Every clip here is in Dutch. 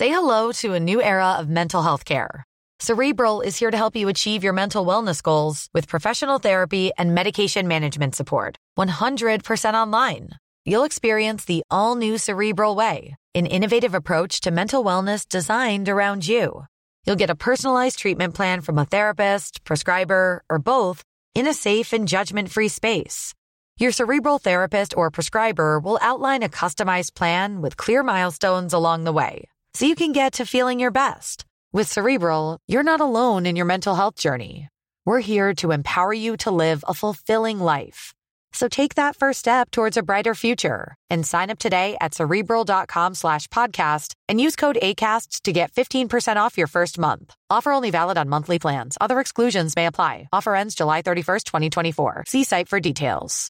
Say hello to a new era of mental health care. Cerebral is here to help you achieve your mental wellness goals with professional therapy and medication management support. 100% online. You'll experience the all-new Cerebral Way, an innovative approach to mental wellness designed around you. You'll get a personalized treatment plan from a therapist, prescriber, or both in a safe and judgment-free space. Your Cerebral therapist or prescriber will outline a customized plan with clear milestones along the way, so you can get to feeling your best. With Cerebral, you're not alone in your mental health journey. We're here to empower you to live a fulfilling life. So take that first step towards a brighter future and sign up today at Cerebral.com/podcast and use code ACAST to get 15% off your first month. Offer only valid on monthly plans. Other exclusions may apply. Offer ends July 31st, 2024. See site for details.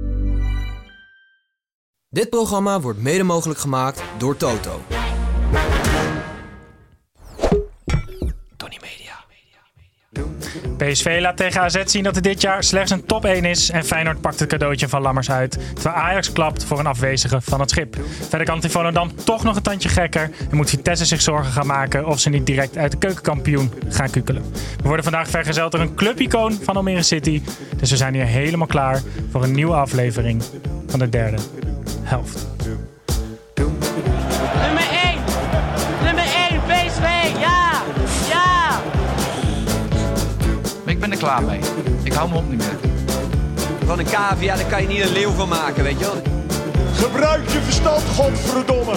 Dit programma wordt mede mogelijk gemaakt door Toto. Tony Media. PSV laat tegen AZ zien dat het dit jaar slechts een top 1 is en Feyenoord pakt het cadeautje van Lammers uit, terwijl Ajax klapt voor een afwezige van het schip. Verder kan Volendam toch nog een tandje gekker en moet Vitesse zich zorgen gaan maken of ze niet direct uit de keukenkampioen gaan kukelen. We worden vandaag vergezeld door een clubicoon van Almere City, dus we zijn hier helemaal klaar voor een nieuwe aflevering van de derde helft. Nummer 1, PSV, ja! Ik ben er klaar mee. Ik hou me op niet meer. Van een cavia, daar kan je niet een leeuw van maken, weet je wel. Gebruik je verstand, godverdomme!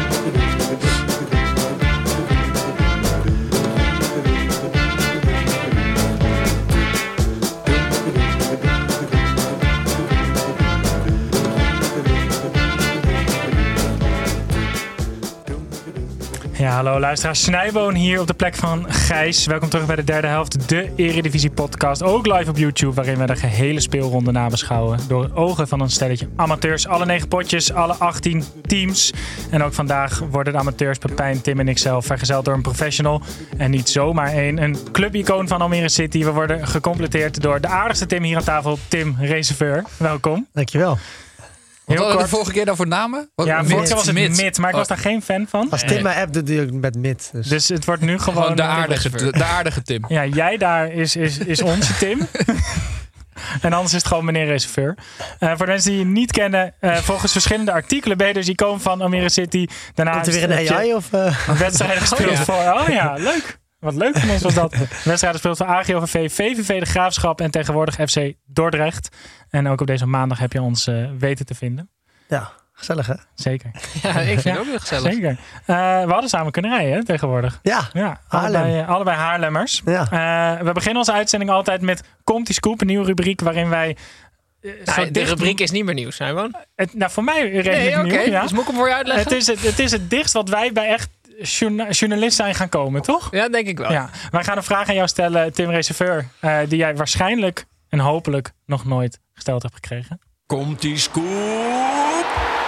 Ja, hallo luisteraars. Snijboon hier op de plek van Gijs. Welkom terug bij de derde helft, de Eredivisie podcast. Ook live op YouTube, waarin we de gehele speelronde nabeschouwen. Door ogen van een stelletje amateurs. Alle 9 potjes, alle 18 teams. En ook vandaag worden de amateurs, Pepijn, Tim en ikzelf, vergezeld door een professional. En niet zomaar één, een clubicoon van Almere City. We worden gecompleteerd door de aardigste Tim hier aan tafel, Tim Reserveur. Welkom. Dankjewel. Wat hadden we de vorige keer dan voor namen? Ja, vorige keer was het Mid, maar ik was daar geen fan van. Als Tim mij appt, doe ik met Mid. Dus het wordt nu gewoon de aardige Tim. Ja, jij daar is onze Tim. En anders is het gewoon meneer Reserveur. Voor de mensen die je niet kennen, volgens verschillende artikelen ben je dus icoon van Almere City. Daarna komt er weer een AI of wedstrijden gespeeld voor. Oh ja, leuk. Wat leuk van ons was dat. Wedstrijden gespeeld voor AGOVV, VVV De Graafschap en tegenwoordig FC Dordrecht. En ook op deze maandag heb je ons weten te vinden. Ja, gezellig hè? Zeker. Ja, ik vind het ook weer gezellig. Zeker. We hadden samen kunnen rijden hè, tegenwoordig. Ja, Haarlem. Allebei Haarlemmers. Ja. We beginnen onze uitzending altijd met Komt die Scoop, een nieuwe rubriek waarin wij... de rubriek is niet meer nieuws, Simon. Voor mij redelijk nieuw. Ja. Dus moet ik hem voor je uitleggen? Het is het dichtst wat wij bij echt journalist zijn gaan komen, toch? Ja, denk ik wel. Ja. Wij gaan een vraag aan jou stellen, Tim Reserveur, die jij waarschijnlijk en hopelijk nog nooit gesteld hebt gekregen. Komt die scoop?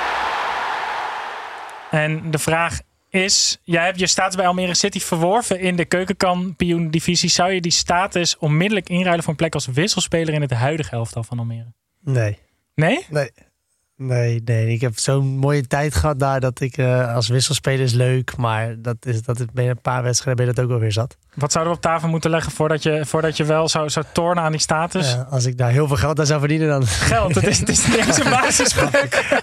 En de vraag is, jij hebt je status bij Almere City verworven in de keukenkampioen-divisie. Zou je die status onmiddellijk inruilen voor een plek als wisselspeler in het huidige elftal van Almere? Nee. Nee? Nee. Ik heb zo'n mooie tijd gehad daar dat ik als wisselspeler is leuk. Maar dat ben een paar wedstrijden ben je dat ook alweer zat. Wat zouden we op tafel moeten leggen voordat je wel zou tornen aan die status? Als ik daar heel veel geld aan zou verdienen dan... Geld, het is niet eens een basisplek.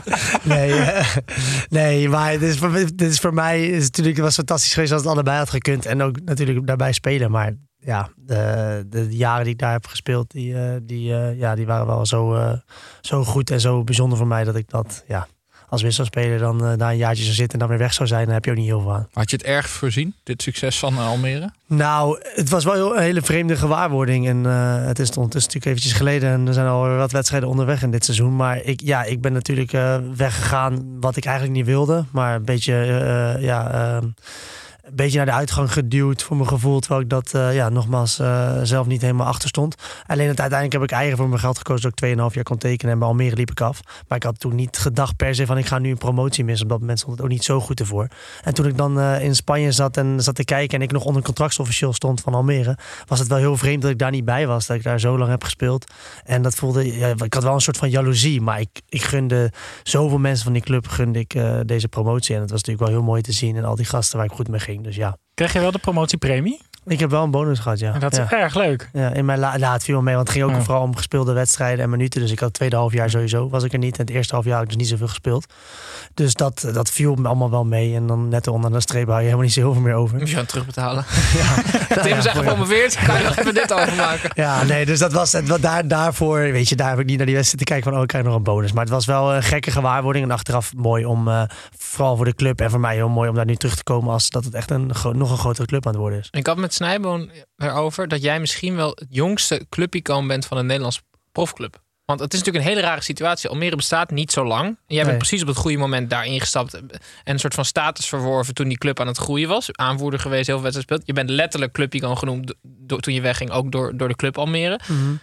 Nee, maar dit is voor mij... Het was fantastisch geweest als het allebei had gekund. En ook natuurlijk daarbij spelen. Maar ja, de jaren die ik daar heb gespeeld... die waren wel zo goed en zo bijzonder voor mij... dat ik dat als wisselspeler dan na een jaartje zou zitten... en dan weer weg zou zijn. Dan heb je ook niet heel veel aan. Had je het erg voorzien, dit succes van Almere? Nou, het was wel een hele vreemde gewaarwording. En het is ondertussen natuurlijk eventjes geleden. En er zijn al wat wedstrijden onderweg in dit seizoen. Maar ik ben natuurlijk weggegaan wat ik eigenlijk niet wilde. Maar een beetje een beetje naar de uitgang geduwd voor mijn gevoel. Terwijl ik dat nogmaals zelf niet helemaal achter stond. Alleen uiteindelijk heb ik eigen voor mijn geld gekozen dat ik 2,5 jaar kon tekenen. En bij Almere liep ik af. Maar ik had toen niet gedacht per se van ik ga nu een promotie missen. Op dat moment stond het ook niet zo goed ervoor. En toen ik dan in Spanje zat te kijken en ik nog onder contract officieel stond van Almere, was het wel heel vreemd dat ik daar niet bij was. Dat ik daar zo lang heb gespeeld. En dat voelde, ik had wel een soort van jaloezie. Maar ik gunde zoveel mensen van die club deze promotie. En het was natuurlijk wel heel mooi te zien. En al die gasten waar ik goed mee ging. Dus ja. Kreeg je wel de promotiepremie? Ik heb wel een bonus gehad, ja. En dat is erg leuk. Ja, in mijn het viel wel mee, want het ging ook vooral om gespeelde wedstrijden en minuten. Dus ik had het tweede halfjaar sowieso was ik er niet. En het eerste halfjaar had ik dus niet zoveel gespeeld. Dus dat viel me allemaal wel mee. En dan net onder de streep hou je helemaal niet zo heel veel meer over. Moet je aan terugbetalen. Tim is echt gepromoveerd. Kan je nog even dit overmaken? Ja, nee, dus dat was het. Daarvoor, weet je, daar heb ik niet naar die wedstrijd te kijken van, ik krijg nog een bonus. Maar het was wel een gekke gewaarwording. En achteraf mooi om, vooral voor de club en voor mij heel mooi om daar nu terug te komen als dat het echt nog een grotere club aan het worden is. Ik had met Snijboon erover dat jij misschien wel het jongste clubicoon bent van een Nederlands profclub. Want het is natuurlijk een hele rare situatie. Almere bestaat niet zo lang. En jij bent precies op het goede moment daar ingestapt en een soort van status verworven toen die club aan het groeien was. Aanvoerder geweest, heel veel wedstrijden gespeeld. Je bent letterlijk clubicoon genoemd toen je wegging, ook door de club Almere. Mm-hmm.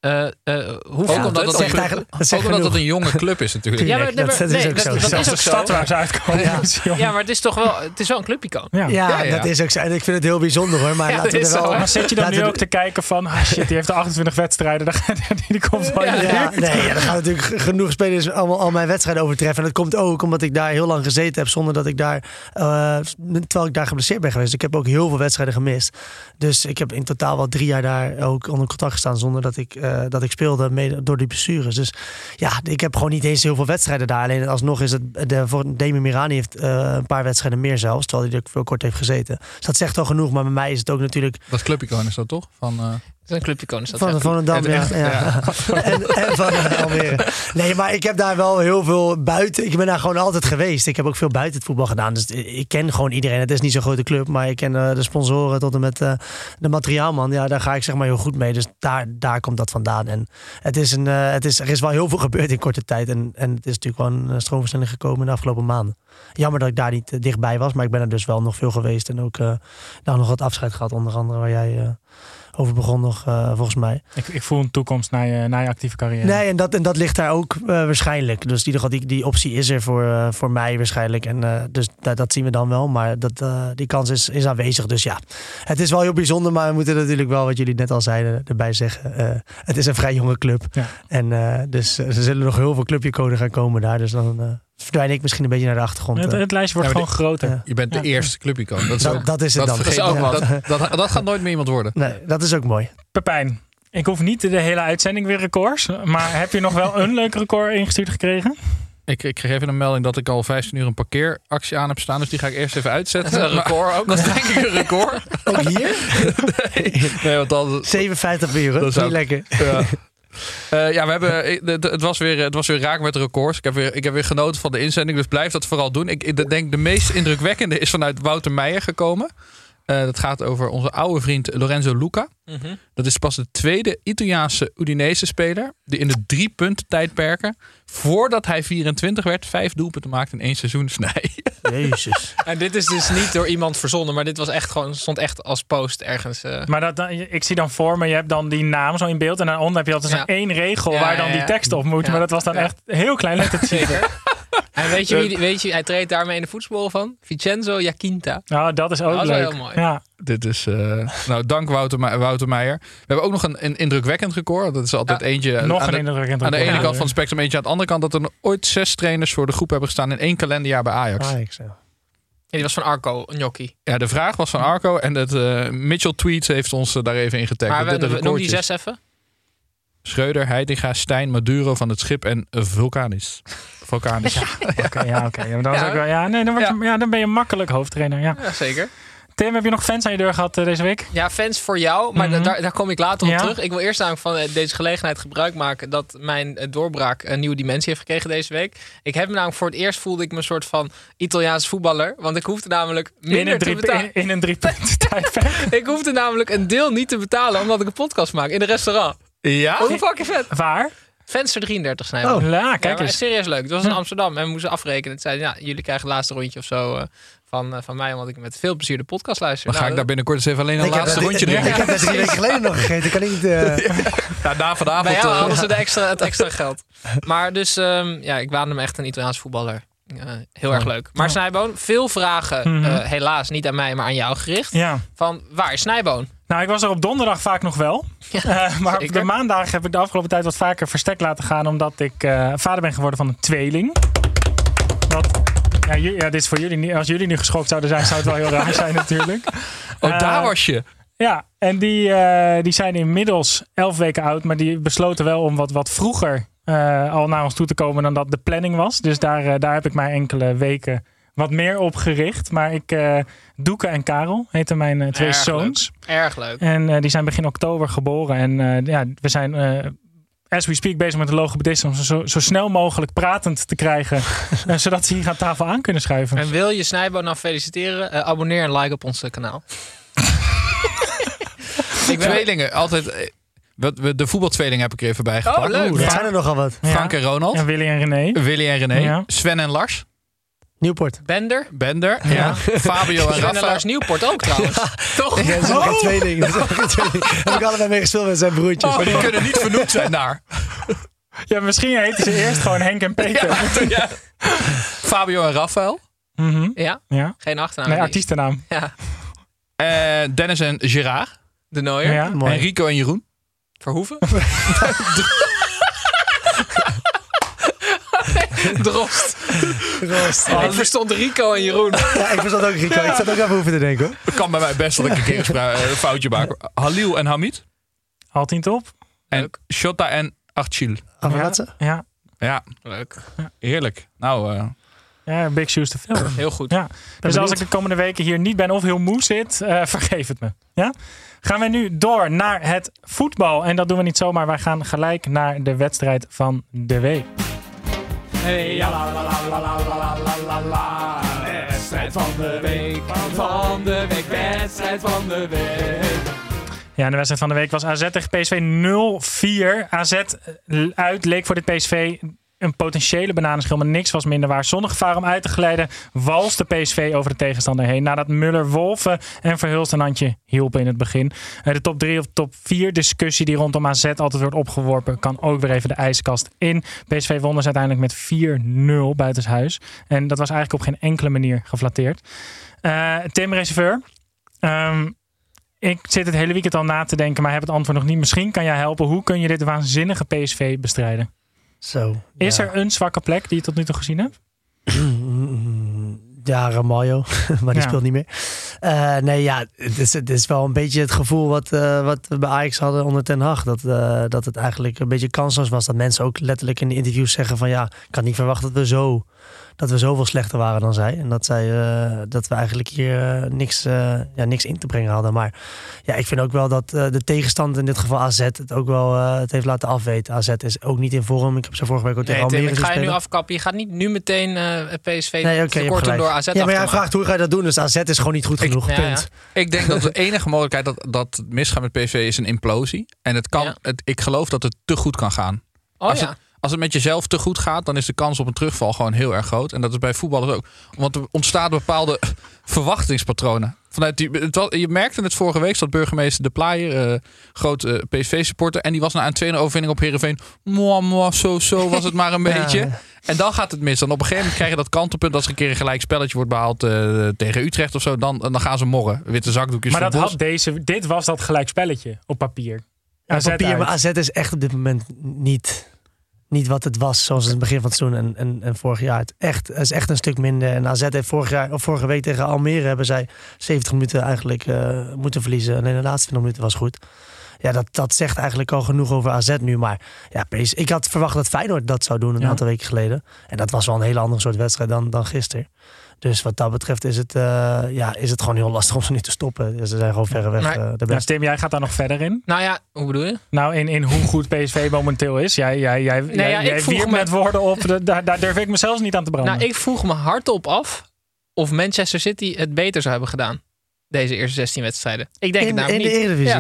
Hoe ook omdat het een jonge club is natuurlijk. Ja, maar dat is ook zo. Dat is de stad waar ze uitkomen. Ja, maar het is toch wel, het is wel een clubicoon. Ja, dat is ook zo. En ik vind het heel bijzonder hoor. Maar laten we er wel. Maar zit je dan nu ook te kijken van, shit, die heeft 28 wedstrijden. Die komt wel in de buurt. Er gaan natuurlijk genoeg spelers al mijn wedstrijden overtreffen. En dat komt ook omdat ik daar heel lang gezeten heb zonder dat ik daar, terwijl ik daar geblesseerd ben geweest. Ik heb ook heel veel wedstrijden gemist. Dus ik heb in totaal wel 3 jaar daar ook onder contract gestaan zonder dat ik speelde mede door die blessures. Dus ja, ik heb gewoon niet eens heel veel wedstrijden daar. Alleen alsnog is het, voor Demi Mirani heeft een paar wedstrijden meer zelfs, terwijl hij er veel kort heeft gezeten. Dus dat zegt al genoeg, maar bij mij is het ook natuurlijk. Dat clubicoon is dat toch? Het is een clubicoon. Is dat van Dam, ja. En van Almere. Nee, maar ik heb daar wel heel veel buiten. Ik ben daar gewoon altijd geweest. Ik heb ook veel buiten het voetbal gedaan. Dus ik ken gewoon iedereen. Het is niet zo'n grote club, maar ik ken de sponsoren tot en met de materiaalman. Ja, daar ga ik zeg maar heel goed mee. Dus daar komt dat vandaan. En er is wel heel veel gebeurd in korte tijd. En het is natuurlijk wel een stroomversnelling gekomen in de afgelopen maanden. Jammer dat ik daar niet dichtbij was, maar ik ben er dus wel nog veel geweest. En ook daar nog wat afscheid gehad, onder andere waar jij over begon nog, volgens mij. Ik voel een toekomst naar je actieve carrière. Nee, en dat ligt daar ook waarschijnlijk. Dus die optie is er voor mij waarschijnlijk. En dus dat zien we dan wel. Maar die kans is aanwezig. Dus ja, het is wel heel bijzonder. Maar we moeten natuurlijk wel, wat jullie net al zeiden, erbij zeggen. Het is een vrij jonge club. Ja. En dus er zullen nog heel veel clubiconen gaan komen daar. Dus dan verdwijn ik misschien een beetje naar de achtergrond. Het lijstje wordt gewoon groter. Ja. Je bent de eerste clubicoon. Dat is het dan. Dat is ook wat. Dat gaat nooit meer iemand worden. Nee, dat is ook mooi. Pepijn, ik hoef niet de hele uitzending weer records. Maar heb je nog wel een leuk record ingestuurd gekregen? Ik kreeg even een melding dat ik al 15 uur een parkeeractie aan heb staan. Dus die ga ik eerst even uitzetten. Dat is een record ook. Dat is denk ik een record. Ook hier? Nee, want dan 57 uur, dat is niet lekker. Ja. Het was weer raak met records. Ik heb weer genoten van de inzending, dus blijf dat vooral doen. Ik denk de meest indrukwekkende is vanuit Wouter Meijer gekomen. Dat gaat over onze oude vriend Lorenzo Luca. Mm-hmm. Dat is pas de tweede Italiaanse Udinese-speler die in de 3 punten tijdperken, voordat hij 24 werd, 5 doelpunten maakte in 1 seizoen. Jezus. En dit is dus niet door iemand verzonnen, maar dit was echt gewoon, stond echt als post ergens. Maar ik zie dan voor me, je hebt dan die naam zo in beeld en daaronder heb je altijd zo'n 1 regel waar dan die tekst op moet. Ja. Maar dat was dan echt heel klein lettertje. En weet je, hij treedt daarmee in de voetbal van Vincenzo Jacinta. Nou, dat is ook leuk. Heel mooi. Ja. Dit is, dank Wouter Meijer. We hebben ook nog een indrukwekkend record. Dat is altijd eentje aan de ene kant van het spectrum, eentje aan de andere kant. Dat er ooit 6 trainers voor de groep hebben gestaan in 1 kalenderjaar bij Ajax. Ja, die was van Arco, Gnocchi. Ja, de vraag was van Arco. En Mitchell Tweets heeft ons daar even in getagd. Maar noem die 6 even. Schreuder, Heitinga, Stijn, Maduro van het Schip en Vulkanis. Oké. Dan ben je makkelijk hoofdtrainer. Ja, zeker. Tim, heb je nog fans aan je deur gehad deze week? Ja, fans voor jou, maar daar kom ik later op terug. Ik wil eerst namelijk van deze gelegenheid gebruik maken dat mijn doorbraak een nieuwe dimensie heeft gekregen deze week. Ik heb namelijk voor het eerst voelde ik me een soort van Italiaans voetballer, want ik hoefde namelijk minder te betalen. In een 3 punten tijdperk. Ik hoefde namelijk een deel niet te betalen omdat ik een podcast maak in een restaurant. Ja? Hoe fucking vet. Waar? Venster 33 Snijboon. Oh, ja, Ja, kijk maar eens. serieus leuk. Het was in Amsterdam en we moesten afrekenen. Het zeiden, ja, jullie krijgen het laatste rondje of zo van mij, omdat ik met veel plezier de podcast luister. Dan ga ik daar binnenkort eens even alleen een laatste rondje drinken. Ik heb dat 3 weken geleden nog gegeten. Kan ik niet... Na vanavond... Bij jou hadden ze het extra geld. Maar dus, ik waande me echt een Italiaans voetballer. Heel erg leuk. Maar Snijboon, veel vragen, helaas niet aan mij, maar aan jou gericht. Ja. Van, waar is Snijboon? Nou, ik was er op donderdag vaak nog wel. Maar zeker. op de maandag heb ik de afgelopen tijd wat vaker verstek laten gaan. Omdat ik vader ben geworden van een tweeling. Dit is voor jullie niet. Als jullie nu geschokt zouden zijn, zou het wel heel raar zijn natuurlijk. daar was je. Ja, en die zijn inmiddels 11 weken oud. Maar die besloten wel om wat vroeger al naar ons toe te komen dan dat de planning was. Dus daar heb ik mij enkele weken wat meer op gericht. Maar Doeke en Karel heten mijn 2 zoons. Leuk. Erg leuk. En die zijn begin oktober geboren. En we zijn as we speak bezig met de logopedist om ze zo snel mogelijk pratend te krijgen. Zodat ze hier aan tafel aan kunnen schuiven. En wil je Snijboon nou feliciteren? Abonneer en like op ons kanaal. Tweelingen, altijd... De voetbaltweelingen heb ik er even bij gepakt. Oh, leuk. Er zijn er nogal wat. Frank en Ronald. En Willy en René. Willy en René. Ja. Sven en Lars. Nieuwpoort. Bender. Ja. Fabio en Sven en Rafa. Lars Nieuwpoort ook trouwens. Toch? Ja, dat is ook een tweeling. Dat is ook een tweeling. Daar heb ik allebei mee gespeeld met zijn broertjes. Maar die kunnen niet vernoemd zijn naar. Ja, misschien heten ze eerst gewoon Henk en Peter. Ja. Fabio en Rafael. Ja? Ja. Geen achternaam. Nee, artiestennaam. Ja. Dennis en Gerard. De Nooier. Ja. En Rico en Jeroen. Verhoeven. Drost. Ik verstond Rico en Jeroen. Ja, ik verstond ook Rico. Ik zat ook even hoeven te denken, hoor. Het kan bij mij best dat ik een keer een foutje maak. Halil en Hamid. Altijd top. En Shota en Archil. Avalatse? Ja. Ja, Leuk. heerlijk. Nou, Ja, big shoes to fill. Heel goed. Ja. Dus als ik de komende weken hier niet ben of heel moe zit, vergeef het me. Ja? Gaan we nu door naar het voetbal. En dat doen we niet zomaar. Wij gaan gelijk naar de wedstrijd van de week. Hey, ja, la, la, la, la, la, la, la, la, la. Wedstrijd van de week, wedstrijd van de week. Ja, en de wedstrijd van de week was AZ tegen PSV 0-4. AZ uit leek voor dit PSV een potentiële bananenschil, maar niks was minder waar. Zonder gevaar om uit te glijden walste PSV over de tegenstander heen. Nadat Muller, Wolven en Verhulst een handje hielpen in het begin. De top 3 of top 4 discussie die rondom AZ altijd wordt opgeworpen, kan ook weer even de ijskast in. PSV won dus uiteindelijk met 4-0 buitenshuis. En dat was eigenlijk op geen enkele manier geflatteerd. Tim Reserveur. Ik zit het hele weekend al na te denken, maar heb het antwoord nog niet. Misschien kan jij helpen. Hoe kun je dit waanzinnige PSV bestrijden? Zo. Is er een zwakke plek die je tot nu toe gezien hebt? Ja, Ramaljo, maar die speelt niet meer. Het is wel een beetje het gevoel wat we bij Ajax hadden onder Ten Hag. Dat het eigenlijk een beetje kansloos was. Dat mensen ook letterlijk in de interviews zeggen van ja, ik had niet verwacht dat we zoveel slechter waren dan zij. En dat we eigenlijk hier niks in te brengen hadden. Maar ja, ik vind ook wel dat de tegenstander, in dit geval AZ, het ook wel het heeft laten afweten. AZ is ook niet in vorm. Ik heb ze vorige week ook tegen Almere Tim, ik ga je gespeeld. nu afkappen. Je gaat niet nu meteen PSV tekort doen door AZ af te maar jij maken. vraagt hoe ga je dat doen? Dus AZ is gewoon niet goed genoeg. Punt. Ik denk dat de enige mogelijkheid dat het misgaat met PSV is een implosie. En het kan. Ik geloof dat het te goed kan gaan. Als het met jezelf te goed gaat, dan is de kans op een terugval gewoon heel erg groot. En dat is bij voetballers ook. Want er ontstaan bepaalde verwachtingspatronen. Je merkte het vorige week, zat burgemeester De Plaaier, groot PSV-supporter. En die was na een 2-0 overwinning op Heerenveen. Zo was het maar een beetje. En dan gaat het mis. Dan op een gegeven moment krijg je dat kantelpunt. Als er een keer een gelijk spelletje wordt behaald tegen Utrecht of zo. Dan gaan ze morren. Witte zakdoekjes. Maar dit was dat gelijk spelletje op papier. Ja, papier, maar AZ is echt op dit moment niet wat het was zoals het in het begin van het seizoen en vorig jaar. Het is echt een stuk minder. En AZ heeft vorige week tegen Almere hebben zij 70 minuten eigenlijk moeten verliezen. Alleen de laatste 20 minuten was goed. Ja, dat zegt eigenlijk al genoeg over AZ nu. Maar ja, ik had verwacht dat Feyenoord dat zou doen een aantal weken geleden. En dat was wel een hele andere soort wedstrijd dan gisteren. Dus wat dat betreft is het gewoon heel lastig om ze nu te stoppen. Ze zijn gewoon verreweg de beste. Tim, jij gaat daar nog verder in. Nou ja, hoe bedoel je? Nou, in hoe goed PSV momenteel is. Jij wierp met woorden op. Daar durf ik me zelfs niet aan te branden. Nou, ik vroeg me hardop af of Manchester City het beter zou hebben gedaan. Deze eerste 16 wedstrijden. Ik denk het namelijk in niet. de Eredivisie.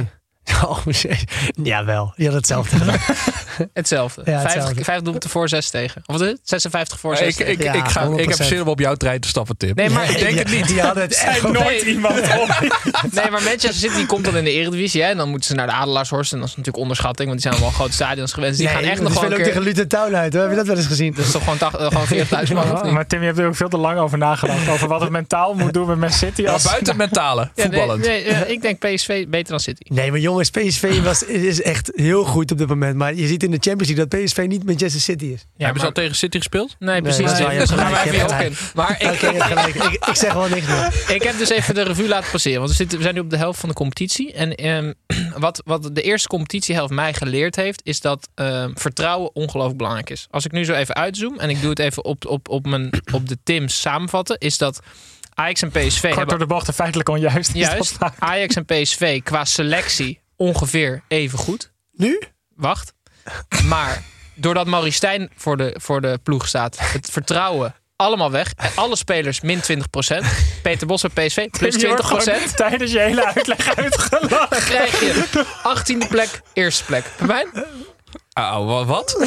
Jawel, die had hetzelfde gedaan. Hetzelfde. Ja, 5 doelpunten voor, 6 tegen. Of wat is het? 56 voor, 6 tegen. Ik heb zin om op jouw trein te stappen, Tim. Nee, maar ik denk het niet. Die hadden het echt nooit iemand op. Nee, maar Manchester City komt dan in de Eredivisie. Hè, en dan moeten ze naar de Adelaarshorst. En dat is natuurlijk onderschatting. Want die zijn allemaal grote stadions geweest. Die gaan echt nog gewoon ook tegen Luton Town uit. Hoor. Heb je dat wel eens gezien? Dat is toch gewoon 40.000 man? Maar Tim, je hebt er ook veel te lang over nagedacht. Over wat het mentaal moet doen met Man City. Maar buiten het mentale, voetballend. Ik denk PSV beter dan City. Nee, maar jongens, PSV is echt heel goed op dit moment. Maar je ziet in de Champions League dat PSV niet Manchester City is. Ja, hebben ze al tegen City gespeeld? Nee, precies. Nee, Daar gaan wij weer ook in. Maar ik zeg wel niks meer. Ik heb dus even de revue laten passeren. Want we zijn nu op de helft van de competitie. En wat de eerste competitiehelft mij geleerd heeft, is dat vertrouwen ongelooflijk belangrijk is. Als ik nu zo even uitzoom en ik doe het even op de Tim's samenvatten, is dat Ajax en PSV Kort door de bocht en feitelijk onjuist. Juist. Ajax en PSV qua selectie ongeveer even goed. Nu? Wacht. Maar doordat Maurice Stijn voor de ploeg staat, het vertrouwen allemaal weg. En alle spelers min 20%. Peter Bos bij PSV plus 20%. Tijdens je hele uitleg uitgelachen. Dan krijg je 18e plek, eerste plek. Pepijn? Wat?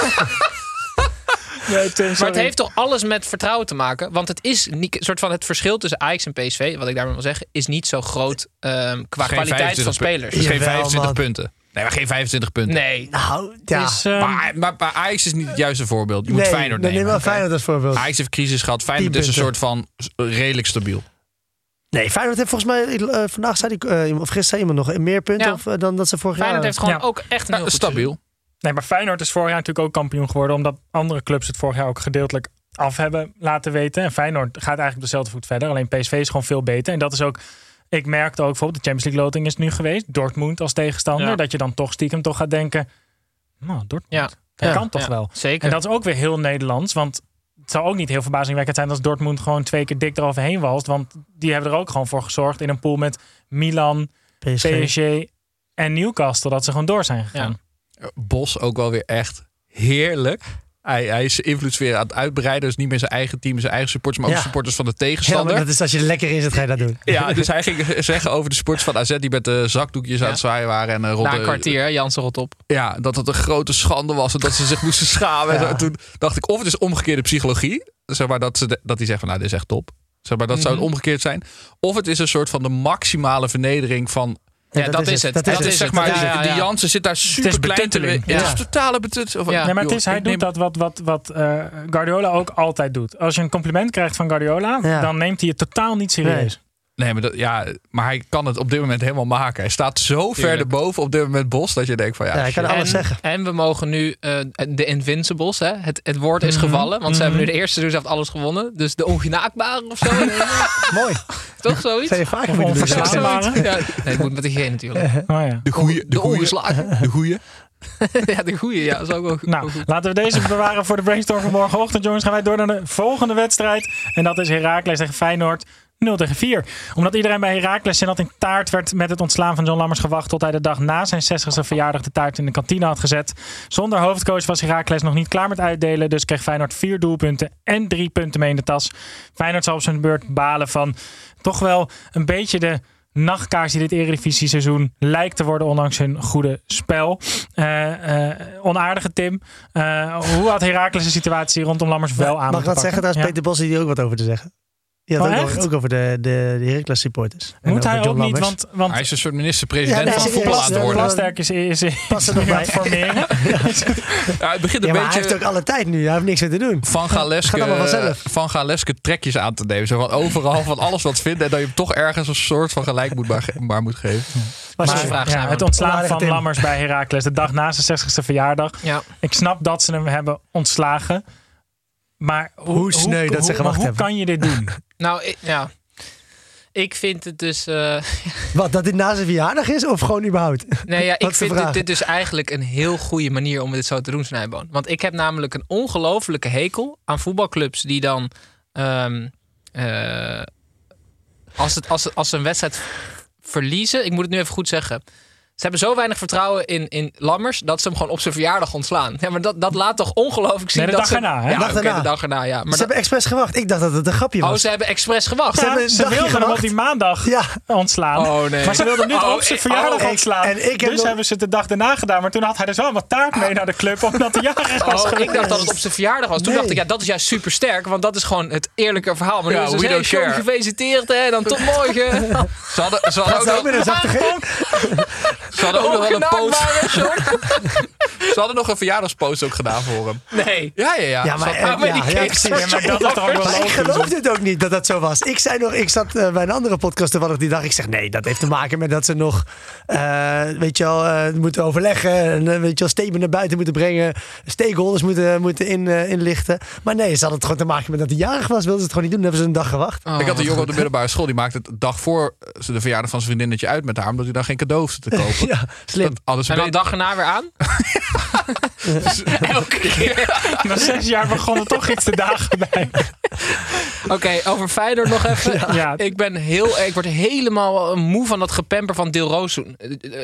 Nee, Tim, maar het heeft toch alles met vertrouwen te maken? Want het is niet, soort van het verschil tussen Ajax en PSV, wat ik daarmee wil zeggen, is niet zo groot qua kwaliteit van spelers. Het is geen 25 punten. Nee, maar geen 25 punten. Nee. Nou, ja. Is, maar Ajax is niet het juiste voorbeeld. Je moet Feyenoord nemen. Neem wel Feyenoord als voorbeeld. Ajax heeft crisis gehad. Feyenoord is een soort van redelijk stabiel. Nee, Feyenoord heeft volgens mij vandaag zei of gisteren zei iemand nog meer punten dan dat ze vorig jaar. Feyenoord heeft gewoon ook echt een heel goed stabiel. Nee, maar Feyenoord is vorig jaar natuurlijk ook kampioen geworden, omdat andere clubs het vorig jaar ook gedeeltelijk af hebben laten weten. En Feyenoord gaat eigenlijk op dezelfde voet verder. Alleen PSV is gewoon veel beter. En dat is ook, ik merkte ook bijvoorbeeld, de Champions League loting is nu geweest. Dortmund als tegenstander. Ja. Dat je dan toch stiekem gaat denken, nou, Dortmund, dat kan toch wel. Zeker. En dat is ook weer heel Nederlands, want het zou ook niet heel verbazingwekkend zijn als Dortmund gewoon 2 keer dik eroverheen walst. Want die hebben er ook gewoon voor gezorgd in een pool met Milan, PSG en Newcastle, dat ze gewoon door zijn gegaan. Ja. Bos ook wel weer echt heerlijk. Hij is zijn invloedssfeer aan het uitbreiden. Dus niet meer zijn eigen team, zijn eigen supporters, maar ook supporters van de tegenstander. Ja, maar dat is als je er lekker in zit, ga je dat doen. Ja, dus hij ging zeggen over de supporters van AZ die met de zakdoekjes aan het zwaaien waren. En na een kwartier, Jansen rot op. Ja, dat het een grote schande was en dat ze zich moesten schamen. Ja. En toen dacht ik, of het is omgekeerde psychologie. Zeg maar dat hij zegt van, nou, dit is echt top. Zeg maar, dat zou het omgekeerd zijn. Of het is een soort van de maximale vernedering van... Ja, dat is het. Dat is zeg maar, die Jansen zit daar super klein te doen. Het is totale betutteling. Ja. Nee, maar hij doet dat wat Guardiola ook altijd doet. Als je een compliment krijgt van Guardiola, dan neemt hij het totaal niet serieus. Nee, maar hij kan het op dit moment helemaal maken. Hij staat zo ver erboven op dit moment, Bos, dat je denkt van hij kan alles zeggen. En we mogen nu de Invincibles, hè? Het woord is gevallen, want ze hebben nu de eerste seizoen alles gewonnen. Dus de ongenaakbare of zo. Mooi. Toch zoiets? Zou je vaker moeten doen. Ja. Nee, het moet met de G natuurlijk. De ongeslagen. De goeie. Ja, de goeie. Ja, dat is ook wel goed. Nou, laten we deze bewaren voor de brainstorm van morgenochtend. Jongens, gaan wij door naar de volgende wedstrijd. En dat is Heracles tegen Feyenoord. 0-4. Omdat iedereen bij Heracles zin had in taart, werd met het ontslaan van John Lammers gewacht tot hij de dag na zijn 60e verjaardag de taart in de kantine had gezet. Zonder hoofdcoach was Heracles nog niet klaar met uitdelen, dus kreeg Feyenoord 4 doelpunten en 3 punten mee in de tas. Feyenoord zal op zijn beurt balen van toch wel een beetje de nachtkaars die dit Eredivisie-seizoen lijkt te worden, ondanks hun goede spel. Onaardige Tim. Hoe had Heracles de situatie rondom Lammers wel aan? Mag ik wat zeggen? Daar is Peter Bos hier ook wat over te zeggen. Ja, ook over de Heracles supporters. Moet hij ook niet, want hij is een soort minister-president van voetbal aan het worden. Plasterk is nu aan het formeren. Het begint een beetje... hij heeft ook alle tijd nu. Hij heeft niks meer te doen. Van Galeske trekjes aan te nemen. Zo van overal, van alles wat vinden. En dat je hem toch ergens een soort van gelijk moet geven. Maar het ontslaan van Lammers bij Heracles de dag na zijn 60e verjaardag. Ja. Ik snap dat ze hem hebben ontslagen. Maar hoe sneu dat ze gewacht hebben. Hoe kan je dit doen? Nou, ik vind het dus... Wat, dat dit na zijn verjaardag is? Of gewoon überhaupt? Nee, ja, ik vind dit dus eigenlijk een heel goede manier om dit zo te doen, Snijboon. Want ik heb namelijk een ongelofelijke hekel aan voetbalclubs die dan... als ze een wedstrijd verliezen... Ik moet het nu even goed zeggen. Ze hebben zo weinig vertrouwen in Lammers dat ze hem gewoon op zijn verjaardag ontslaan. Ja, maar dat laat toch ongelooflijk zien. Nee, de dag erna, hè? Ja, de dag erna, ja. Maar ze hebben expres gewacht. Ik dacht dat het een grapje was. Oh, ze hebben expres gewacht. Ze wilden hem op die maandag ontslaan. Oh, nee. Maar ze wilden hem niet op zijn verjaardag ontslaan. Dus hebben ze het de dag daarna gedaan. Maar toen had hij dus wel wat taart mee naar de club. Omdat de jarig was geweest. Ik dacht dat het op zijn verjaardag was. Toen dacht ik, dat is juist super sterk. Want dat is gewoon het eerlijke verhaal. Maar nu is het dus, Sean, gefeliciteerd. Hè, dan tot morgen. Ze hadden ook nog een post. Ze hadden nog een verjaardagspost ook gedaan voor hem. Nee. Ja, maar dat is toch ook wel. Ik geloof dit ook niet dat dat zo was. Ik zat bij een andere podcast toevallig die dag. Ik zeg nee, dat heeft te maken met dat ze nog moeten overleggen. En weet je wel, statement naar buiten moeten brengen. Stakeholders moeten inlichten. Maar nee, ze hadden het gewoon te maken met dat hij jarig was. Wilden ze het gewoon niet doen, dan hebben ze een dag gewacht. Ik had een jongen op de middelbare school. Die maakte het dag voor de verjaardag van zijn vriendinnetje uit met haar. Omdat hij dan geen cadeau hoefde te kopen. Ja, slim. En dan dag erna weer aan? Elke keer. Na 6 jaar begonnen toch iets te dagen bij. Oké, over Feyenoord nog even. Ja. Ik word helemaal moe van dat gepemper van Dilrosun.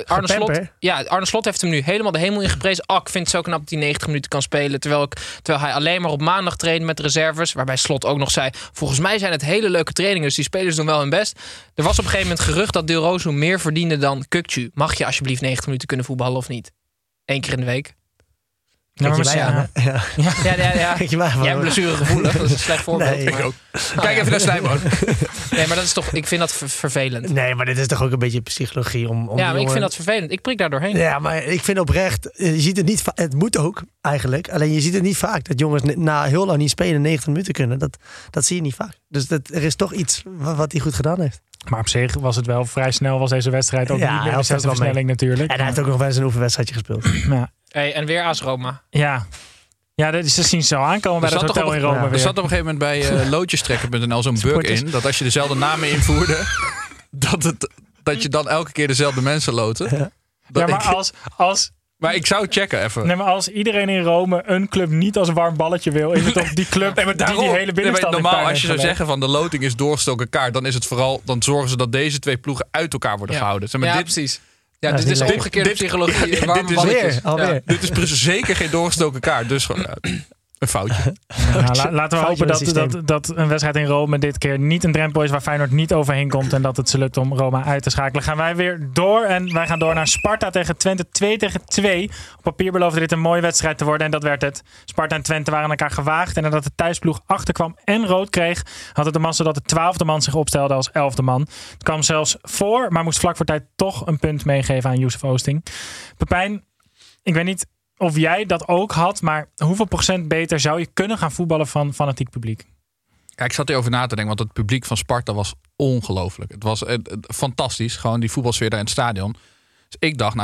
Arne Slot heeft hem nu helemaal de hemel ingeprezen. Ik vind het zo knap dat hij 90 minuten kan spelen. Terwijl hij alleen maar op maandag traint met de reserves. Waarbij Slot ook nog zei, volgens mij zijn het hele leuke trainingen. Dus die spelers doen wel hun best. Er was op een gegeven moment gerucht dat Dilrosun meer verdiende dan Kukçu. Mag je alsjeblieft 90 minuten kunnen voetballen of niet? 1 keer in de week. Kijk je mij aan, hè? Ja. Kijk je mij aan. Jij hebt blessuregevoelig, dat is een slecht voorbeeld. Nee, ik ook. Kijk even naar Snijboon. Nee, maar dat is toch, ik vind dat vervelend. Nee, maar dit is toch ook een beetje psychologie om maar ik vind dat vervelend. Ik prik daar doorheen. Ja, maar ik vind oprecht, je ziet het niet het moet ook eigenlijk. Alleen je ziet het niet vaak dat jongens na heel lang niet spelen 90 minuten kunnen. Dat zie je niet vaak. Dus er is toch iets wat hij goed gedaan heeft. Maar op zich was het wel vrij snel, was deze wedstrijd ook niet meer de 6e versnelling natuurlijk. En hij heeft ook nog wel eens een oefenwedstrijdje gespeeld. Ja. Hey, en weer AS Roma. Ja, dat is te zien zo aankomen bij het hotel in Rome weer. Er zat op een gegeven moment bij loodjestrekken.nl zo'n bug in. Dat als je dezelfde namen invoerde, dat je dan elke keer dezelfde mensen loten. Ja, maar Maar ik zou checken even. Nee, maar als iedereen in Rome een club niet als warm balletje wil, is het toch die club die hele binnenstad normaal, als je zou zeggen van de loting is doorgestoken kaart, dan is het vooral, dan zorgen ze dat deze 2 ploegen uit elkaar worden gehouden. Zeg maar, precies. Ja, dit is omgekeerde psychologie. Dit is zeker geen doorgestoken kaart. Dus gewoon een foutje. Laten we hopen dat een wedstrijd in Rome dit keer niet een drempel is waar Feyenoord niet overheen komt. En dat het ze lukt om Roma uit te schakelen. Gaan wij weer door. En wij gaan door naar Sparta tegen Twente 2-2. Op papier beloofde dit een mooie wedstrijd te worden. En dat werd het. Sparta en Twente waren aan elkaar gewaagd. En nadat de thuisploeg achterkwam en rood kreeg, had het de massa dat de 12e man zich opstelde als 11e man. Het kwam zelfs voor, maar moest vlak voor tijd toch een punt meegeven aan Youssef Oosting. Pepijn, ik weet niet of jij dat ook had, maar hoeveel procent beter zou je kunnen gaan voetballen van fanatiek publiek? Ja, ik zat erover na te denken, want het publiek van Sparta was ongelooflijk. Het was fantastisch, gewoon die voetbalsfeer daar in het stadion. Dus ik dacht,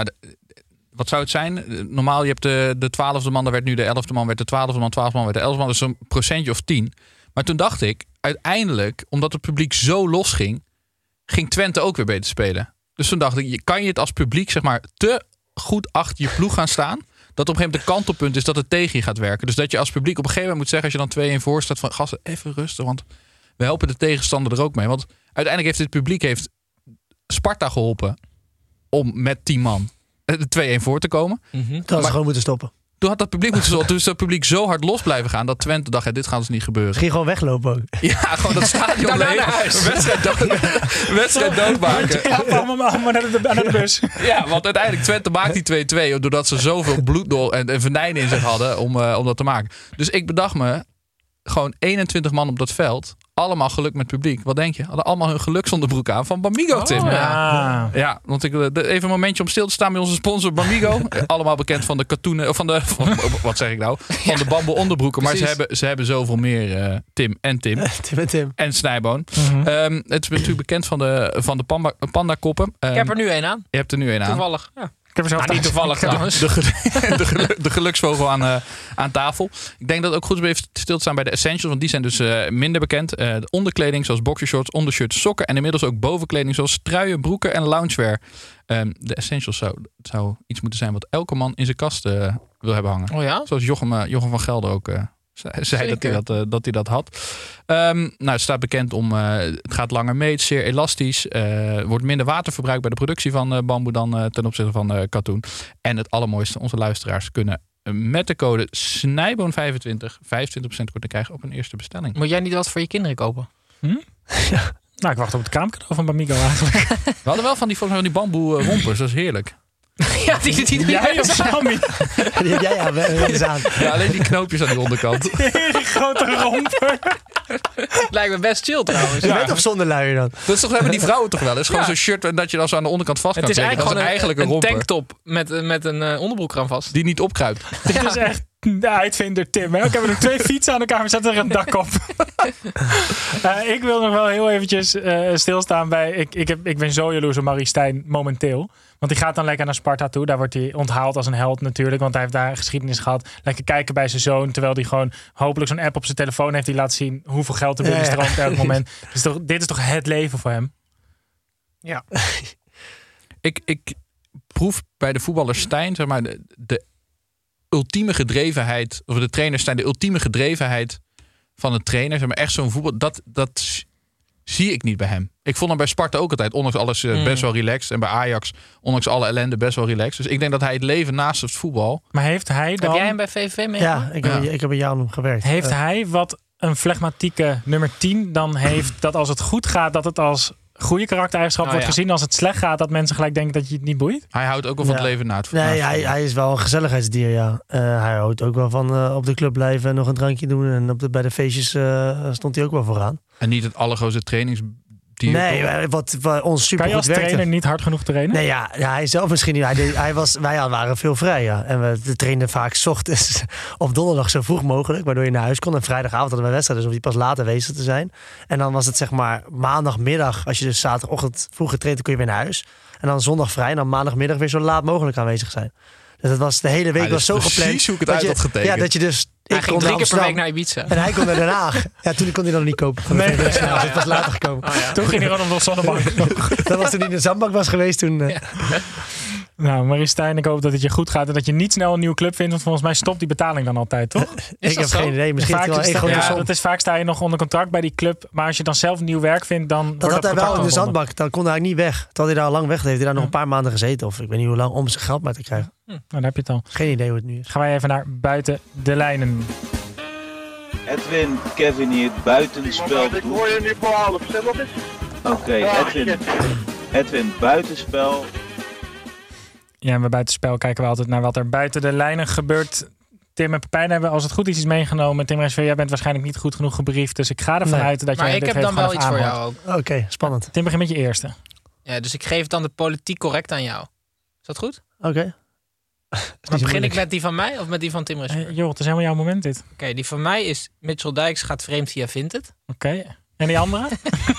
wat zou het zijn? Normaal, je hebt de 12e man, dan werd nu de 11e man, werd de 12e man, 12e man, werd de 11e man. Dus een procentje of 10. Maar toen dacht ik, uiteindelijk, omdat het publiek zo los ging Twente ook weer beter spelen. Dus toen dacht ik, kan je het als publiek zeg maar te goed achter je ploeg gaan staan, dat op een gegeven moment de kantelpunt is dat het tegen je gaat werken. Dus dat je als publiek op een gegeven moment moet zeggen, als je dan 2-1 voor staat, van gasten, even rustig, want we helpen de tegenstander er ook mee. Want uiteindelijk heeft het publiek Sparta geholpen om met 10 man de 2-1 voor te komen. Dat had ze gewoon moeten stoppen. Toen had dat publiek moeten stoppen. Dus dat publiek zo hard los blijven gaan dat Twente dacht, dit gaat dus niet gebeuren. Ging gewoon weglopen ook. Ja, gewoon dat stadion leeg. Wedstrijd doodmaken. Ja, allemaal naar de bus. Ja, want uiteindelijk Twente maakt die 2-2 doordat ze zoveel bloed en venijnen in zich hadden om dat te maken. Dus ik bedacht me, gewoon 21 man op dat veld, allemaal geluk met publiek. Wat denk je? Hadden allemaal hun geluksonderbroek aan van Bamigo, Tim. Ja, want even een momentje om stil te staan bij onze sponsor Bamigo. Allemaal bekend van de katoenen, wat zeg ik nou? Van de bamboe onderbroeken. Maar ze hebben zoveel meer, Tim. Tim en Snijboon. Het is natuurlijk bekend van de pandakoppen. Ik heb er nu één aan. Je hebt er nu één aan. Toevallig, ja. Niet toevallig trouwens. De geluksvogel aan tafel. Ik denk dat het ook goed is om even stil te staan bij de essentials. Want die zijn dus minder bekend. De onderkleding zoals boxershorts, ondershirts, sokken. En inmiddels ook bovenkleding zoals truien, broeken en loungewear. De essentials zou iets moeten zijn wat elke man in zijn kast wil hebben hangen. Oh ja? Zoals Jochem van Gelder ook zei dat hij dat had. Het staat bekend om... het gaat langer mee, het is zeer elastisch. Wordt minder waterverbruik bij de productie van bamboe dan ten opzichte van katoen. En het allermooiste, onze luisteraars kunnen met de code Snijboon25 25% korting krijgen op een eerste bestelling. Moet jij niet wat voor je kinderen kopen? Ja. Nou, ik wacht op het kraamcadeau van Bamigo eigenlijk. We hadden wel van die bamboe rompers, dat is heerlijk. Ja, die jij of Sammy? Die heb jij aan. Ja, alleen die knoopjes aan de onderkant. Die grote romper. Lijkt me best chill trouwens. Ja. Met of zonder luier dan? Dat is toch, hebben die vrouwen toch wel? Het is gewoon zo'n shirt en dat je dan zo aan de onderkant vast kan Het is trekken. eigenlijk gewoon een tanktop met een onderbroek eraan vast. Die niet opkruipt. Dit is echt de uitvinder Tim. Hè? Ik heb er nog 2 fietsen aan elkaar. We zetten er een dak op. Ik wil nog wel heel eventjes stilstaan bij... Ik ben zo jaloers op Maurice Stijn momenteel. Want die gaat dan lekker naar Sparta toe. Daar wordt hij onthaald als een held natuurlijk. Want hij heeft daar geschiedenis gehad. Lekker kijken bij zijn zoon. Terwijl hij gewoon hopelijk zo'n app op zijn telefoon heeft. Die laat zien hoeveel geld er binnen stroomt op elk moment. Dus dit is toch het leven voor hem? Ja. Ik proef bij de voetballer Stijn, zeg maar, de ultieme gedrevenheid, of de trainer Stijn, de ultieme gedrevenheid van een trainer. Zeg maar, echt zo'n voetbal, dat zie ik niet bij hem. Ik vond hem bij Sparta ook altijd, ondanks alles best wel relaxed. En bij Ajax, ondanks alle ellende, best wel relaxed. Dus ik denk dat hij het leven naast het voetbal... Maar heeft hij dan... Heb jij hem bij VVV meegemaakt? Ja, ik heb een jaar aan hem gewerkt. Heeft hij wat een flegmatieke nummer 10 dan heeft, dat als het goed gaat, dat het als goede karaktereigenschap wordt gezien, als het slecht gaat, dat mensen gelijk denken dat je het niet boeit? Hij houdt ook wel van het leven na het voetbal. Nee, hij is wel een gezelligheidsdier, ja. Hij houdt ook wel van op de club blijven en nog een drankje doen. En bij de feestjes stond hij ook wel vooraan. En niet het allergrootste trainingsdier. Nee, wat ons super kan je als goed werkte. trainer niet hard genoeg trainen? Nee, ja, hij zelf misschien niet. Wij waren veel vrij, ja. En we trainden vaak 's ochtends op donderdag zo vroeg mogelijk, waardoor je naar huis kon. En vrijdagavond hadden we wedstrijd, dus om die pas later bezig te zijn. En dan was het zeg maar maandagmiddag, als je dus zaterdagochtend vroeg getraind, kon je weer naar huis. En dan zondag vrij en dan maandagmiddag weer zo laat mogelijk aanwezig zijn. Dus dat was de hele week was zo gepland. Precies hoe ik het uit had getekend. Ja, dat je dus... Hij ging 3 keer per week naar Ibiza. En hij kon naar Den Haag. Ja, toen kon hij nog niet kopen. Nee. Het was later gekomen. Toen ging hij gewoon op de zonnebank. Dat was toen hij in de zandbank was geweest. Toen. Nou, Maurice Stijn, ik hoop dat het je goed gaat en dat je niet snel een nieuwe club vindt. Want volgens mij stopt die betaling dan altijd, toch? Ik heb geen idee. Misschien vaak sta je nog onder contract bij die club. Maar als je dan zelf nieuw werk vindt, dan dat had hij wel in de zandbank. Dan kon hij niet weg. Terwijl hij daar al lang weg heeft. Hij daar nog een paar maanden gezeten. Of ik weet niet hoe lang om zijn geld maar te krijgen. Nou, dan heb je het al. Geen idee hoe het nu is. Gaan wij even naar buiten de lijnen. Edwin, Kevin hier, buitenspel. Ik hoor je nu voor half. Oké, Edwin, buitenspel. Ja, en bij buitenspel kijken we altijd naar wat er buiten de lijnen gebeurt. Tim en Pepijn hebben, als het goed is, iets meegenomen. Tim Resver, jij bent waarschijnlijk niet goed genoeg gebriefd. Dus ik ga ervan uit dat jij dit Maar ik heb dan wel iets voor jou ook. Oké, spannend. Tim, begin met je eerste. Ja, dus ik geef dan de politiek correct aan jou. Is dat goed? Oké. Maar begin ik met die van mij of met die van Tim Resver? Joh, het is helemaal jouw moment dit. Oké, die van mij is Mitchell Dijks gaat vreemd via Vinted. Oké. En die andere?